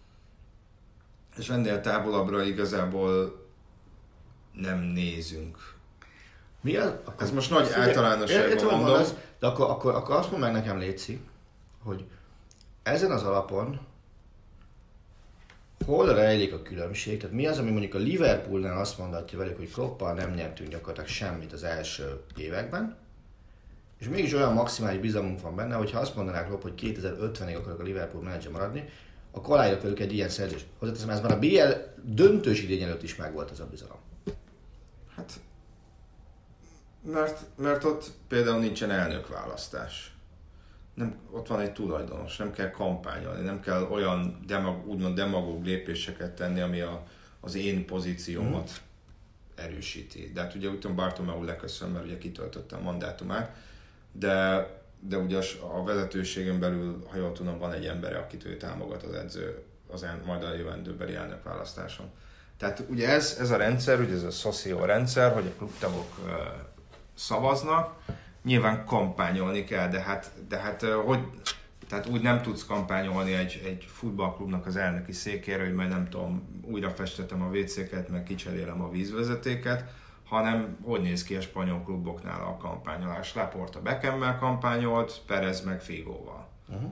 És ennél távolabbra igazából nem nézünk. Mi az? Ez most nagy általánosságban mondom. De akkor azt mondd meg nekem, Léci, hogy ezen az alapon hol rejlik a különbség? Tehát mi az, ami mondjuk a Liverpoolnál azt mondatja velük, hogy Kloppal nem nyertünk gyakorlatilag semmit az első években, és mégis olyan maximális bizalmunk van benne, hogy ha azt mondanák Klopp, hogy 2050-ig akarok a Liverpool menedzser maradni, akkor aláírok velük egy ilyen szerződést. Hozzáteszem, ez már a BL döntős idény előtt is megvolt ez a bizalom. Hát, mert ott például nincsen elnökválasztás. Ott van egy tulajdonos, nem kell kampányolni, nem kell olyan úgymond demagóg lépéseket tenni, ami az én pozíciómat erősíti. De hát ugye úgy tudom, Bartomeu leköszön, mert ugye kitöltötte a mandátumát, de ugye a vezetőségen belül, ha jól tudom, van egy embere, akit ő támogat az edző majd a jövendőbeli elnökválasztáson. Tehát ugye ez a rendszer, ugye ez a szoció rendszer, hogy a klubtagok szavaznak, nyilván kampányolni kell, de hát hogy, tehát úgy nem tudsz kampányolni egy futballklubnak az elnöki székére, hogy majd nem tudom, újra festetem a WC-ket, meg kicserélem a vízvezetéket, hanem hogy néz ki a spanyol kluboknál a kampányolás. Laporta Beckhemmel kampányolt, Perez meg Figóval.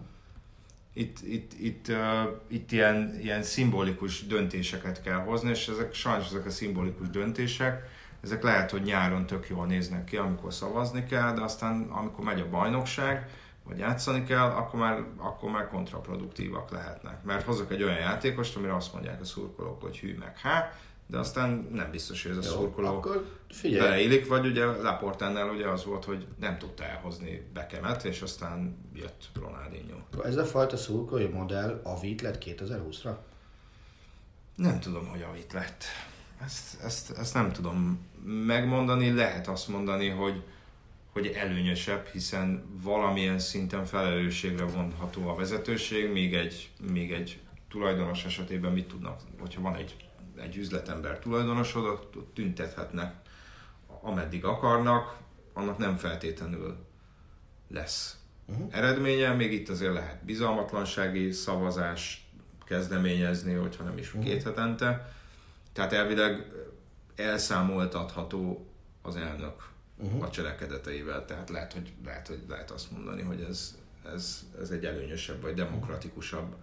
Itt ilyen szimbolikus döntéseket kell hozni, és sajnos ezek a szimbolikus döntések, ezek lehet, hogy nyáron tök jól néznek ki, amikor szavazni kell, de aztán amikor megy a bajnokság, vagy játszani kell, akkor már kontraproduktívak lehetnek. Mert hozok egy olyan játékost, amire azt mondják a szurkolók, hogy hű meg há, de aztán nem biztos, hogy ez a szurkoló beleillik, vagy ugye Laportánál ugye az volt, hogy nem tudta elhozni Beckhamet, és aztán jött Ronaldinho. Ez a fajta szurkolói modell avit lett 2020-ra? Nem tudom, hogy avit lett. Ezt nem tudom megmondani, lehet azt mondani, hogy előnyösebb, hiszen valamilyen szinten felelősségre vonható a vezetőség, még egy tulajdonos esetében mit tudnak, hogyha van egy üzletember tulajdonosod, ott tüntethetnek ameddig akarnak, annak nem feltétlenül lesz eredménye, még itt azért lehet bizalmatlansági szavazás kezdeményezni, hogyha nem is 2 hetente. Tehát elvileg elszámoltatható az elnök a cselekedeteivel, tehát lehet azt mondani, hogy ez egy előnyösebb vagy demokratikusabb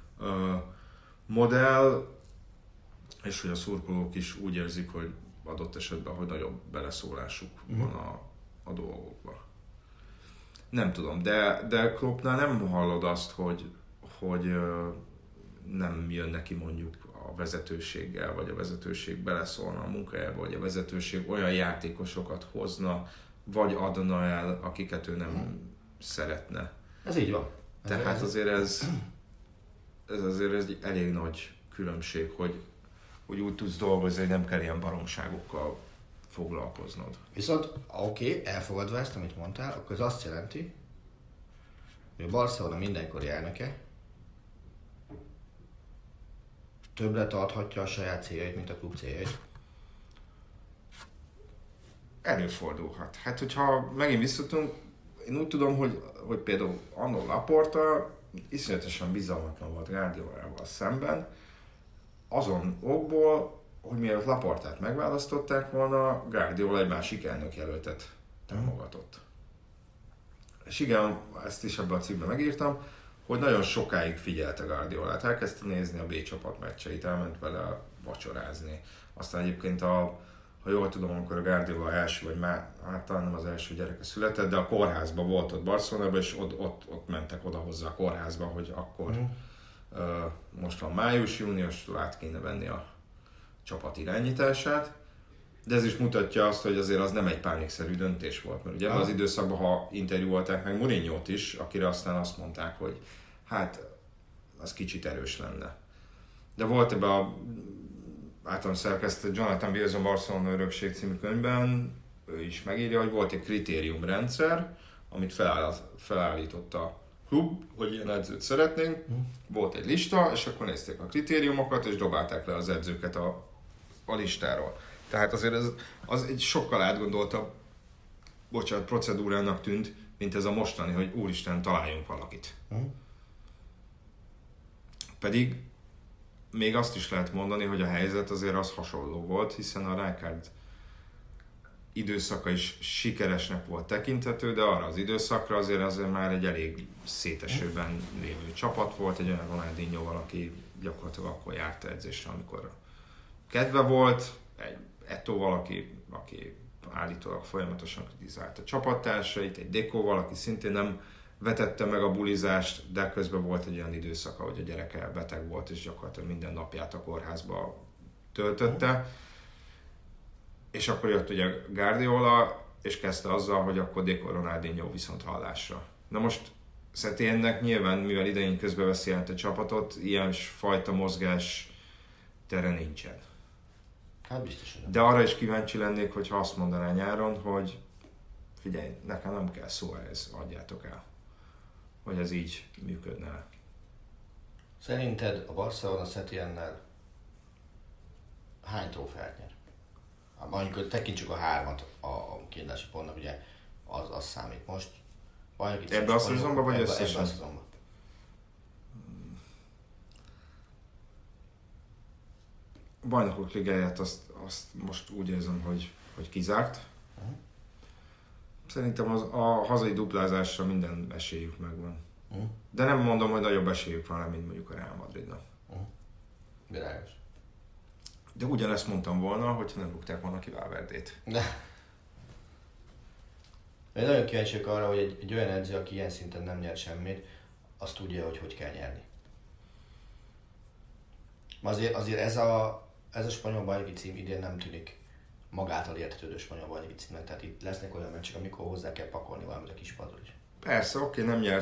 modell, és hogy a szurkolók is úgy érzik, hogy adott esetben, hogy nagyobb beleszólásuk van a dolgokba. Nem tudom, de Kloppnál nem hallod azt, hogy nem jön neki mondjuk a vezetőséggel, vagy a vezetőség beleszólna a munkájába, vagy a vezetőség olyan játékosokat hozna, vagy adna el, akiket ő nem szeretne. Ez így van. Tehát azért ez egy elég nagy különbség, hogy úgy tudsz dolgozni, hogy nem kell ilyen baromságokkal foglalkoznod. Viszont, oké, elfogadva ezt, amit mondtál, akkor ez azt jelenti, hogy a Barcelona mindenkori elnöke többre tarthatja a saját céljait, mint a klub céljait. Előfordulhat. Hát, hogyha megint visszatunk, én úgy tudom, hogy például anno Laporta iszonyatosan bizalmatlan volt Guardiolával szemben, azon okból, hogy mielőtt Laportát megválasztották volna, Guardiola egy másik elnökjelöltet támogatott. És igen, ezt is ebben a cikkben megírtam, hogy nagyon sokáig figyelte Guardiolát, elkezdte nézni a B csapat meccseit, elment vele vacsorázni. Aztán egyébként, ha jól tudom, amikor a Guardiola első, vagy már talán nem az első gyereke született, de a kórházban volt ott Barcelonában, és ott mentek oda hozzá a kórházba, hogy akkor most van május, júniustól át kéne venni a csapat irányítását. De ez is mutatja azt, hogy azért az nem egy pánikszerű döntés volt, mert ugye az időszakban, ha interjúolták meg Mourinhót is, akire aztán azt mondták, hogy hát az kicsit erős lenne. De volt ebben a általam szerkesztett Jonathan Wilson Barcelona örökség című könyvben, ő is megírja, hogy volt egy kritériumrendszer, amit felállított a klub, hogy ilyen edzőt szeretnénk. Volt egy lista, és akkor nézték a kritériumokat, és dobálták le az edzőket a listáról. Tehát azért az egy sokkal átgondoltabb procedúrának tűnt, mint ez a mostani, hogy úristen, találjunk valakit. Pedig még azt is lehet mondani, hogy a helyzet azért az hasonló volt, hiszen a Rijkaard időszaka is sikeresnek volt tekinthető, de arra az időszakra azért már egy elég szétesőben lévő csapat volt, egy olyan Ronaldinhoval, aki gyakorlatilag akkor járt edzésre, amikor kedve volt, egy Eto'val, aki állítólag folyamatosan kritizált a csapattársait, egy Dekóval, aki szintén nem vetette meg a bulizást, de közben volt egy olyan időszaka, hogy a gyereke beteg volt, és gyakorlatilag minden napját a kórházba töltötte. És akkor jött ugye Guardiola, és kezdte azzal, hogy akkor Deco, Ronaldinho viszont hallásra. Na most Setiennek nyilván, mivel idején közben veszi át a csapatot, ilyen fajta mozgás tere nincsen. Hát biztosan. De arra is kíváncsi lennék, hogyha azt mondaná nyáron, hogy figyelj, nekem nem kell szó ehhez, adjátok el. Hogy ez így működne. Szerinted a Barcelona Setiennel hány trófeát nyer? Mondjuk tekintsük a 3-at a kiindulási pontnak, ugye az számít most. Ebben a szezonban vagy összesen? Ebben a szezonban. Bajnokok ligáját azt most úgy érzem, hogy kizárt. Szerintem a hazai duplázásra minden esélyük megvan. De nem mondom, hogy nagyobb esélyük van, mint mondjuk a Real Madridnak. Világos. De ugyanezt mondtam volna, hogyha nem rúgták volna ki Valverdét. Én nagyon kíváncsiak arra, hogy egy olyan edző, aki ilyen szinten nem nyer semmit, azt tudja, hogy kell nyerni. Azért ez a spanyol bajnoki cím idén nem tűnik magától értetődő spanyol bajnoki címnek, tehát itt lesznek olyan meccsek, amikor hozzá kell pakolni valamit a kispadról is. Persze, oké,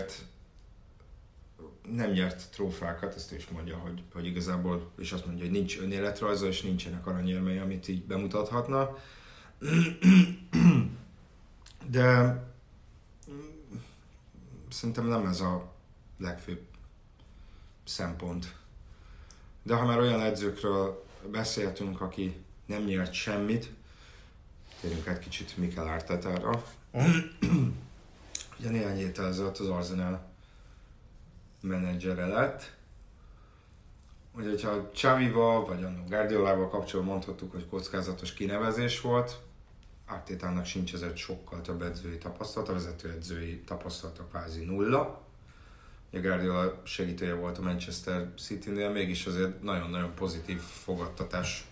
nem nyert trófákat, ezt is mondja, hogy igazából, és azt mondja, hogy nincs önéletrajza, és nincsenek aranyérmei, amit így bemutathatna. De szerintem nem ez a legfőbb szempont. De ha már olyan edzőkről beszéltünk, aki nem nyert semmit, térjünk át kicsit Mikel Artetára. Ugye néhány héttel ezelőtt az Arsenal menedzsere lett. Ugye, hogyha Xavival vagy annak Guardiolával kapcsolatban mondhattuk, hogy kockázatos kinevezés volt, Artetának sincs ezért sokkal több edzői tapasztalata, a vezetőedzői tapasztalata kvázi nulla. A Guardiola segítője volt a Manchester City-nél, mégis azért nagyon-nagyon pozitív fogadtatás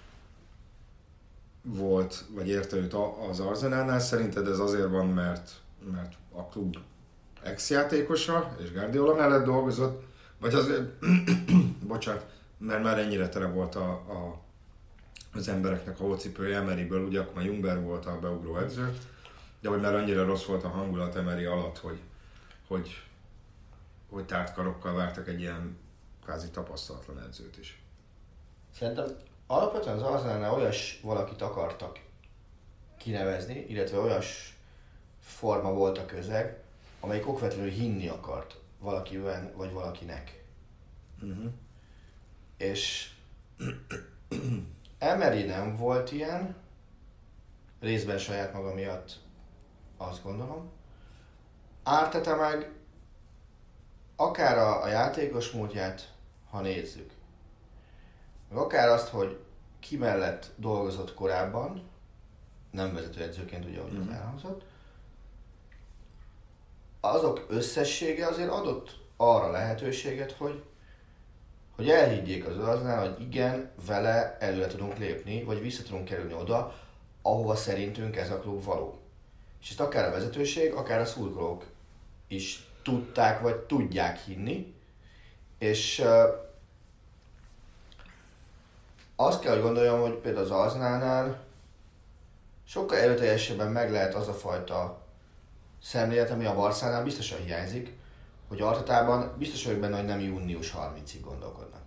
volt, vagy érte őt az Arsenalnál. Szerinted ez azért van, mert a klub ex-játékosa és Guardiola mellett dolgozott, vagy azért, bocsánat, mert már ennyire tele volt az embereknek a hócipője Emeryből, ugye akkor már Jungberg volt a beugró edző, de hogy már annyira rossz volt a hangulat Emery alatt, hogy tárt karokkal vártak egy ilyen kvázi tapasztalatlan edzőt is. Szerintem alapvetően az Arsenalnál olyas valakit akartak kinevezni, illetve olyas forma volt a közeg, amelyik okvetlenül hinni akart valakiben vagy valakinek. És Emery nem volt ilyen, részben saját maga miatt, azt gondolom. Arteta meg akár a játékos módját, ha nézzük, meg akár azt, hogy ki mellett dolgozott korábban, nem vezetőedzőként, ugye, ahogy az elhangzott, azok összessége azért adott arra lehetőséget, hogy elhiggyék az Arsenal, hogy igen, vele előre tudunk lépni, vagy vissza tudunk kerülni oda, ahova szerintünk ez a klub való. És ezt akár a vezetőség, akár a szurkolók is tudták, vagy tudják hinni. És azt kell, hogy gondoljam, hogy például az Arsenalnál sokkal erőteljesebben meg lehet az a fajta szemlélet, ami a Barszánál biztosan hiányzik, hogy Artetában biztos vagyok benne, hogy nem június 30-ig gondolkodnak.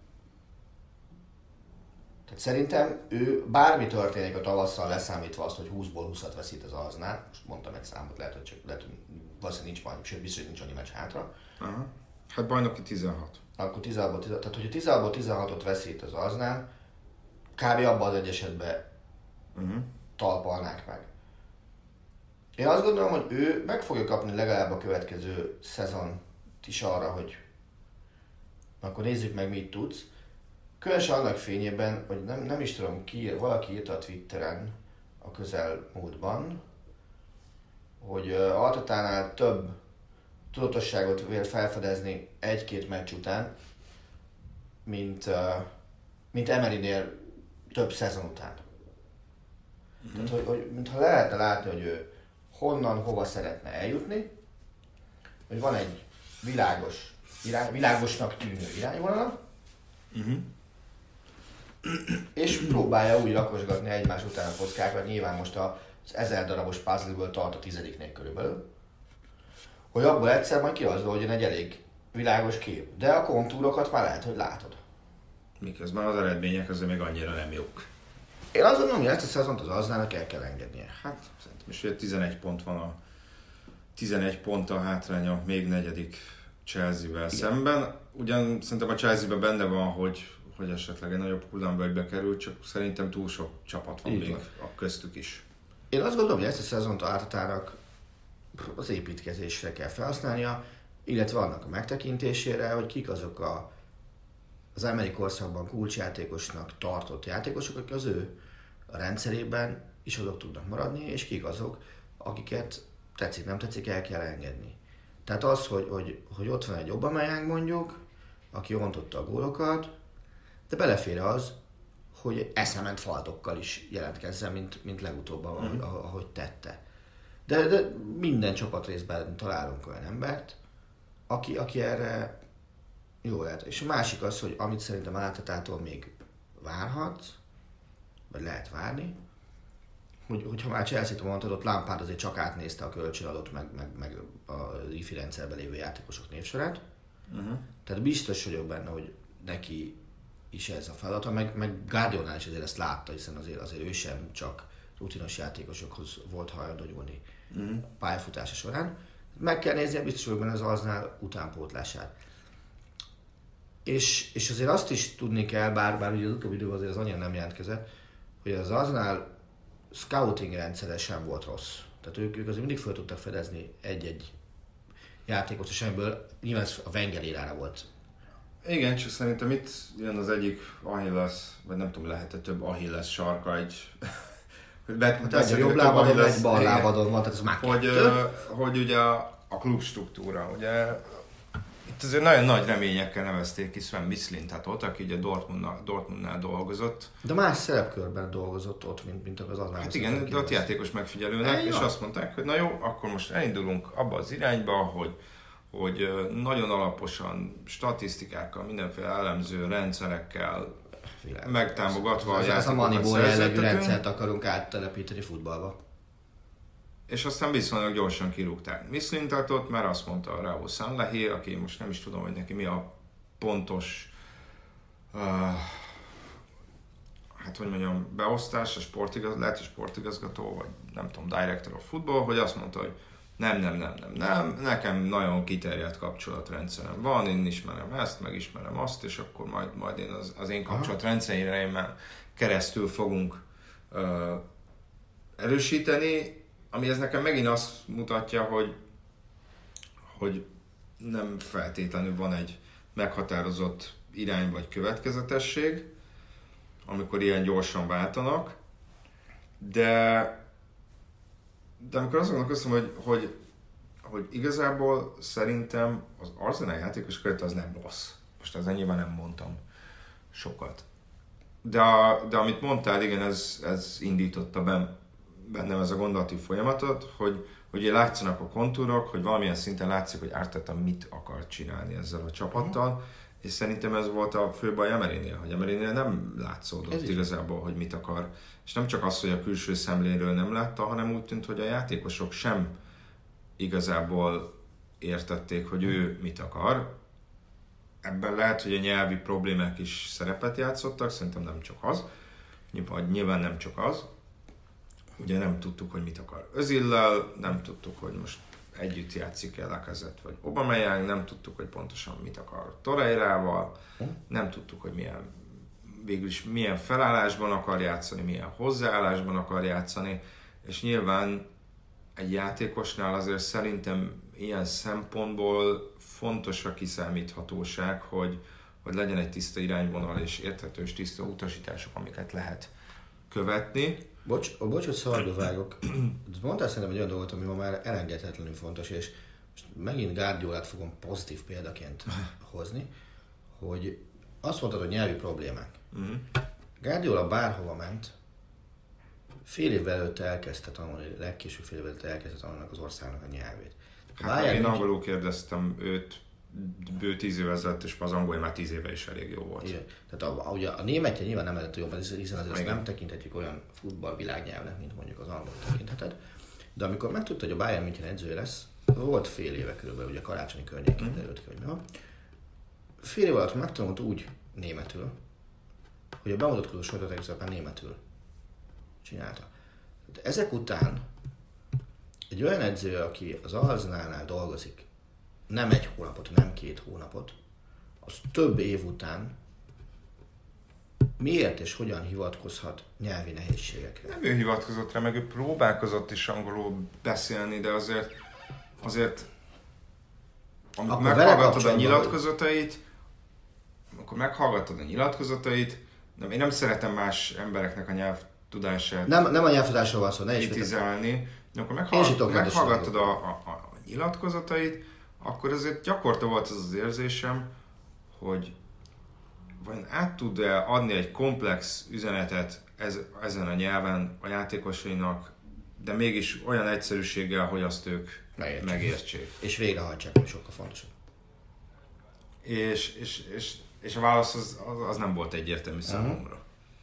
Tehát szerintem ő bármi történik a tavasszal, leszámítva azt, hogy 20-ból 20-at veszít az Arsenal, most mondtam egy számot, lehet, hogy valószínűleg nincs majd, sőt, biztos, hogy nincs annyi meccs hátra. Aha. Hát bajnoki 16. Akkor 16-ból 16, tehát hogyha 16-ból 16-ot veszít az Arsenal, kb. Abban az egy esetben talpalnák meg. Én azt gondolom, hogy ő meg fogja kapni legalább a következő szezont is arra, hogy akkor nézzük meg, mit tudsz. Különösen annak fényében, hogy nem is tudom valaki írta a Twitteren a közelmúltban, hogy Artetánál több tudatosságot vél felfedezni egy-két meccs után, mint Emerynél több szezon után. Tehát, hogy mintha lehetne látni, hogy ő honnan, hova szeretne eljutni, hogy van egy világosnak tűnő irányvonala, és próbálja úgy rakosgatni egymás után a kockákat, nyilván most az 1000 darabos puzzle-ből tart a 10-nek körülbelül, hogy abból egyszer majd kirajzolódjon egy elég világos kép. De a kontúrokat már lehet, hogy látod. Miközben az eredmények azért még annyira nem jók. Én azt gondolom, hogy ezt a szezont az Arsenalnak el kell engednie. Hát szerintem is, hogy 11 pont van 11 pont a hátránya még negyedik Chelsea-vel szemben. Ugyan szerintem a Chelsea-ben benne van, hogy esetleg egy nagyobb hullámvölgybe kerül, csak szerintem túl sok csapat van még a köztük is. Én azt gondolom, hogy ezt a szezont Artetának az építkezésre kell felhasználnia, illetve annak a megtekintésére, hogy kik azok az Emery korszakban kulcsjátékosnak tartott játékosok, akik az ő rendszerében is azok tudnak maradni, és kik azok, akiket tetszik, nem tetszik, el kell engedni. Tehát az, hogy ott van egy Aubameyang mondjuk, aki ontotta a gólokat, de belefér az, hogy eszement faltokkal is jelentkezzen, mint legutóbb, ahogy tette. De minden csapatrészben találunk olyan embert, aki erre jó lehet. És a másik az, hogy amit szerintem Artetától még várhatsz, vagy lehet várni, hogyha már Chelsea-t mondtad, ott Lampard azért csak átnézte a kölcsönadót, meg az IFI rendszerben lévő játékosok névsorát. Tehát biztos vagyok benne, hogy neki is ez a feladata, meg Guardiolánál is azért ezt látta, hiszen azért ő sem csak rutinos játékosokhoz volt hajlandó nyúlni pályafutása során. Meg kell nézni a biztos vagyok benne az Arsenal utánpótlását. És azért azt is tudni kell, bár ugye az utóbbi időben azért az annyira nem jelentkezett, hogy az Arsenal scouting rendszere sem volt rossz. Tehát ők azért mindig fel tudtak fedezni egy-egy játékot, és amiből nyilván a Wenger érára volt. Igen, csak szerintem itt jön az egyik Achilles, vagy nem tudom, lehet-e több Achilles sarka egy... Hát egy jobb lábadon, egy bal lábadon van, tehát ez már hogy ugye a klub struktúra, ugye itt azért nagyon nagy reményekkel nevezték ki Sven Mislintatot, aki ugye Dortmundnál dolgozott. De más szerepkörben dolgozott ott, mint az Arsenal. Hát igen, de ott játékos megfigyelőnek, és azt mondták, hogy na jó, akkor most elindulunk abba az irányba, hogy nagyon alaposan, statisztikákkal, mindenféle elemző rendszerekkel megtámogatva a játékokat ez a Moneyball jellegű rendszert akarunk áttelepíteni futballba. És aztán viszonylag gyorsan kirúgták Mislintatot, mert azt mondta a Raúl Sanlehí, aki most nem is tudom, hogy neki mi a pontos beosztás, lehet, sportigazgató, vagy nem tudom, director of football, hogy azt mondta, hogy nem, nekem nagyon kiterjedt kapcsolatrendszerem van, én ismerem ezt, meg ismerem azt, és akkor majd én az én kapcsolatrendszereimen keresztül fogunk erősíteni, ami ez nekem megint azt mutatja, hogy nem feltétlenül van egy meghatározott irány vagy következetesség, amikor ilyen gyorsan váltanak, de amikor azt gondolkoztam, hogy igazából szerintem az Arsenal játékos keret az nem rossz. Most ezzel nyilván nem mondtam sokat. De amit mondtál, igen, ez indította bennem ez a gondolati folyamatot, hogy látszanak a kontúrok, hogy valamilyen szinten látszik, hogy Arteta mit akar csinálni ezzel a csapattal, és szerintem ez volt a fő baj Emerynél, hogy Emerynél nem látszódott igazából, hogy mit akar. És nem csak az, hogy a külső szemléről nem látta, hanem úgy tűnt, hogy a játékosok sem igazából értették, hogy ő mit akar. Ebben lehet, hogy a nyelvi problémák is szerepet játszottak, szerintem nem csak az. Nyilván nem csak az. Ugye nem tudtuk, hogy mit akar Özillel, nem tudtuk, hogy most együtt játszik el Lacazette vagy Aubameyang, nem tudtuk, hogy pontosan mit akar Torreirával, nem tudtuk, hogy végülis milyen felállásban akar játszani, milyen hozzáállásban akar játszani, és nyilván egy játékosnál azért szerintem ilyen szempontból fontos a kiszámíthatóság, hogy legyen egy tiszta irányvonal és érthető és tiszta utasítások, amiket lehet követni. Bocs, hogy szabadba vágok. Mondtál szerintem egy olyan dolgot, ami ma már elengedhetetlenül fontos, és most megint Guardiolát fogom pozitív példaként hozni, hogy azt mondtad, hogy nyelvi problémák. Guardiola bárhova ment, fél évvel előtte elkezdte tanulni, legkésőbb fél évvel előtte elkezdte tanulni az országnak a nyelvét. Én angolul kérdeztem őt, bő 10 éve ezelőtt, és az angol már 10 éve is elég jó volt. Igen. Tehát ugye a németje nyilván nem lehet jobban, hiszen azért nem tekinthetjük olyan futballvilágnyelvnek, mint mondjuk az angol tekintheted. De amikor megtudta, hogy a Bayern München edzője lesz, volt fél éve körülbelül, ugye karácsonyi környékén derült ki, hogy mi van. Fél év alatt megtanult úgy németül, hogy a bemutatkozó sorozatot egészen németül csinálta. Tehát ezek után egy olyan edző, aki az Arsenalnál dolgozik, nem 1 hónapot, nem 2 hónapot, az több év után miért és hogyan hivatkozhat nyelvi nehézségekre? Nem ő hivatkozott rá, meg ő próbálkozott is angolul beszélni, de azért amikor meghallgatod a nyilatkozatait, én nem szeretem más embereknek a nyelvtudását nem a nyelvtudásról van szó, ne is kritizálni, de akkor meghallgatod a nyilatkozatait, akkor azért gyakorta volt az érzésem, hogy vajon át tud-e adni egy komplex üzenetet ezen a nyelven a játékosainak, de mégis olyan egyszerűséggel, hogy azt ők megértsék. És végrehajtsák, ami sokkal fontosabb. És a válasz az nem volt egyértelmű számomra.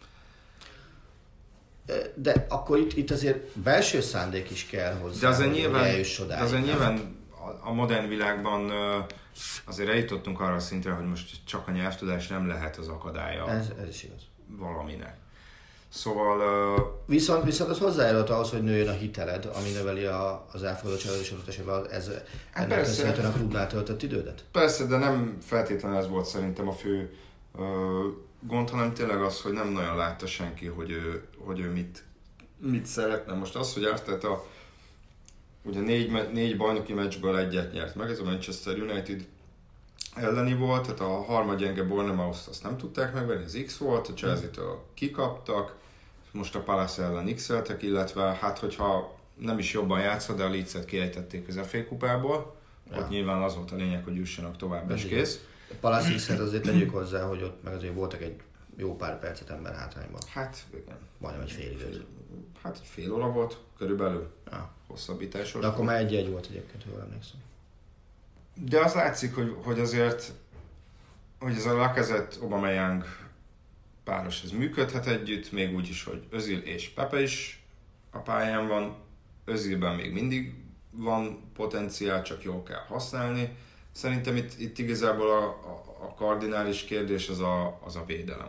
De akkor itt azért belső szándék is kell hozzá, de azért nyilván a modern világban azért eljutottunk arra a szintre, hogy most csak a nyelvtudás nem lehet az akadálya ez is igaz. valaminek. Szóval... Viszont az hozzájárult ahhoz, hogy nőjön a hiteled, ami növeli az elfogadottságot, és adott esetben ennek köszönhetően a klubnál töltött idődet? Persze, de nem feltétlenül ez volt szerintem a fő gond, hanem tényleg az, hogy nem nagyon látta senki, hogy ő mit szeretne. Most az, hogy Arteta ugye 4 bajnoki meccsből egyet nyert meg, ez a Manchester United elleni volt, tehát a harmadgyenge Bournemouth azt nem tudták megvenni, ez X volt, a Chelsea-től kikaptak, most a Palace ellen X-eltek, illetve hát hogyha nem is jobban játszott, de a Leeds-et kiejtették az FA kupából, ott nyilván az volt a lényeg, hogy jussanak tovább, és kész. A Palace X-et azért tegyük hozzá, hogy ott meg azért voltak egy jó pár percet ember hátrányban. Hát igen. Majdnem egy fél időt. Hát egy fél óra volt körülbelül. Hosszabbításról. De akkor már egy volt egyébként, jól emlékszem. De az látszik, hogy azért, hogy ez a Lacazette Aubameyang páros ez működhet együtt, még úgy is, hogy Özil és Pepe is a pályán van. Özilben még mindig van potenciál, csak jól kell használni. Szerintem itt igazából a kardinális kérdés az a védelem.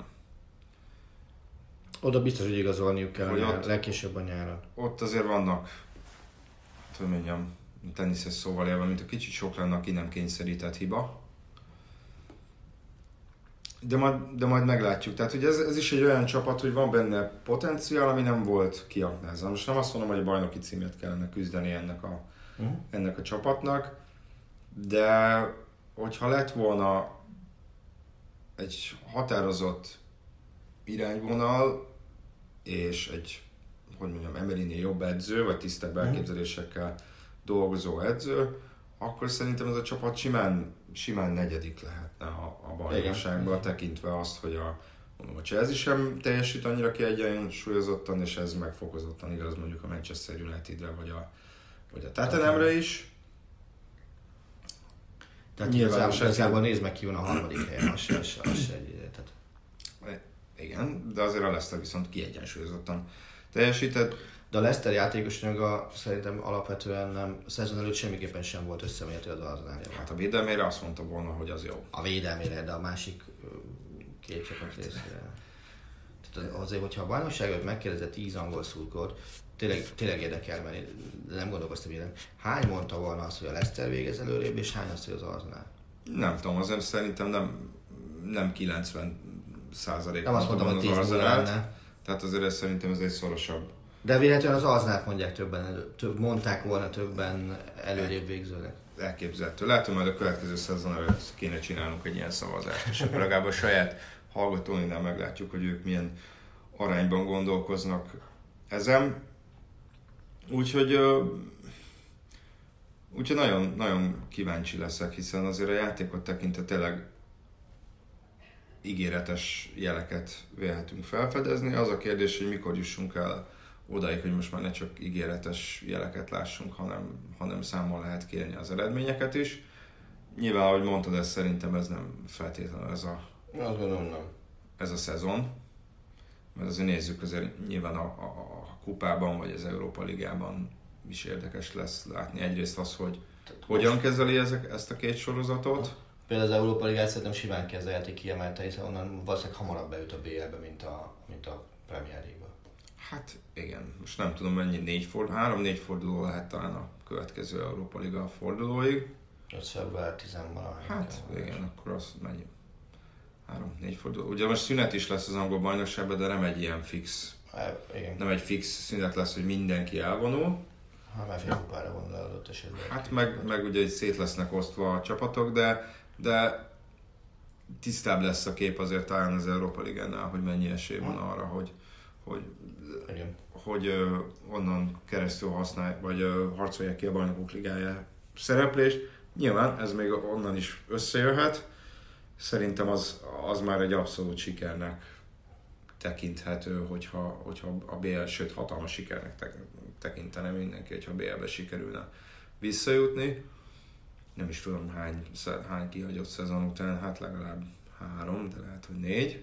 Oda biztos, hogy igazolniuk kell, legkésőbb a nyáron. Ott azért vannak, hogy mondjam, teniszes szóval élve, mint a kicsit sok lenne, aki nem kényszerített hiba. De majd meglátjuk. Tehát, hogy ez is egy olyan csapat, hogy van benne potenciál, ami nem volt kiaknázva. Most nem azt mondom, hogy a bajnoki címért kellene küzdeni ennek a csapatnak, de hogyha lett volna egy határozott irányvonal, és egy, hogy mondjam, Emerynél jobb edző, vagy tisztább elképzelésekkel dolgozó edző, akkor szerintem ez a csapat simán negyedik lehetne a bajnokságban, tekintve azt, hogy a Chelsea sem teljesít annyira kiegyensúlyozottan, és ez megfokozottan igaz mondjuk a Manchester Unitedre, vagy a Tottenhamre is. Tehát igazából nézd meg, ki van a harmadik helyen, az se egy tehát. Igen, de azért a Leicester viszont kiegyensúlyozottan teljesített. De a Leicester játékosanyaga szerintem alapvetően nem, a szezon előtt semmiképpen sem volt összemérhető az Arsenal-jával. Hát a védelmére azt mondta volna, hogy az jó. A védelmére, de a másik két csapat részére. Tehát azért, hogyha a bajnokságot megkérdezett 10 angol szurkolót, tényleg érdekel, mert nem gondolkoztam ilyen. Hány mondta volna azt, hogy a Leicester végez előrébb, és hány azt, hogy az Arsenal? Nem tudom, azért szerintem nem 90%. Nem azt mondtam, hogy 10 lenne. Tehát azért szerintem ez egy szorosabb. De véletlenül az Arsenalt mondják mondták volna többen előrébb végzőnek. Elképzelhető. Lehet, hogy majd a következő szezon előtt kéne csinálnunk egy ilyen szavazást, és akkor legalább a saját hallgatóinknál meglátjuk, hogy ők milyen arányban gondolkoznak ezen. Úgyhogy nagyon, nagyon kíváncsi leszek, hiszen azért a játékot tekintve tényleg ígéretes jeleket vélhetünk felfedezni. Az a kérdés, hogy mikor jussunk el odaig, hogy most már ne csak ígéretes jeleket lássunk, hanem számon lehet kérni az eredményeket is. Nyilván, ahogy mondtad, ez szerintem ez nem feltétlenül ez a szezon. Mert azért nézzük, azért nyilván a kupában vagy az Európa Ligában is érdekes lesz látni. Egyrészt az, hogy hogyan kezeli ezt a két sorozatot. Például az Európa Ligát szerintem simán kezelhetik kiemelte, hiszen onnan valószínűleg hamarabb beüt a BL-be, mint a Premier League-be. Hát igen, most nem tudom mennyi, 3-4 forduló lehet talán a következő Európa Liga fordulóig. 5 február 10-valahány. Hát igen, akkor az mennyi? 3-4 forduló. Ugye most szünet is lesz az angol bajnokságban, de nem egy ilyen fix. Igen. Nem egy fix szünet lesz, hogy mindenki elvonul. Hát már fél kupára vonul adott esetben. Hát meg ugye szét lesznek osztva a csapatok, de tisztább lesz a kép azért talán az Európa Ligánál, hogy mennyi esély van arra, hogy onnan keresztül harcolják ki a Bajnokok Ligája szereplést. Nyilván ez még onnan is összejöhet. Szerintem az már egy abszolút sikernek tekinthető, hogyha a BL, sőt hatalmas sikernek tekintene mindenki, hogyha a BL-be sikerülne visszajutni. Nem is tudom hány kihagyott szezon után, hát legalább 3, de lehet, hogy 4.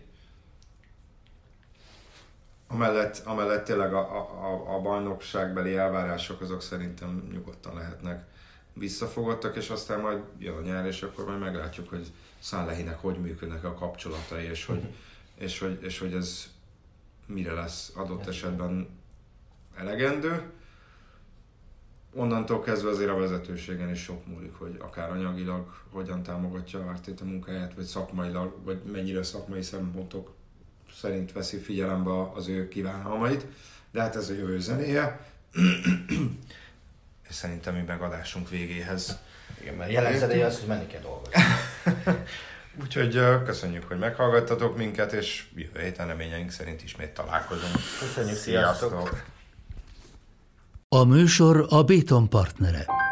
Amellett tényleg a bajnokságbeli elvárások azok szerintem nyugodtan lehetnek visszafogottak, és aztán majd jön a nyár, és akkor majd meglátjuk, hogy Sanleynek hogy működnek a kapcsolatai, és hogy ez mire lesz adott esetben elegendő. Onnantól kezdve azért a vezetőségen is sok múlik, hogy akár anyagilag hogyan támogatja Arteta munkáját, vagy szakmailag, vagy mennyire szakmai szempontok szerint veszi figyelembe az ő kívánalmait. De hát ez a jövő zenéje. És szerintem mi megadásunk végéhez. Igen, mert jelen zenéje az, hogy menni kell dolgozni. Úgyhogy köszönjük, hogy meghallgattatok minket, és jövő héten reményeink szerint ismét találkozunk. Köszönjük, sziasztok! A műsor a Béton partnere.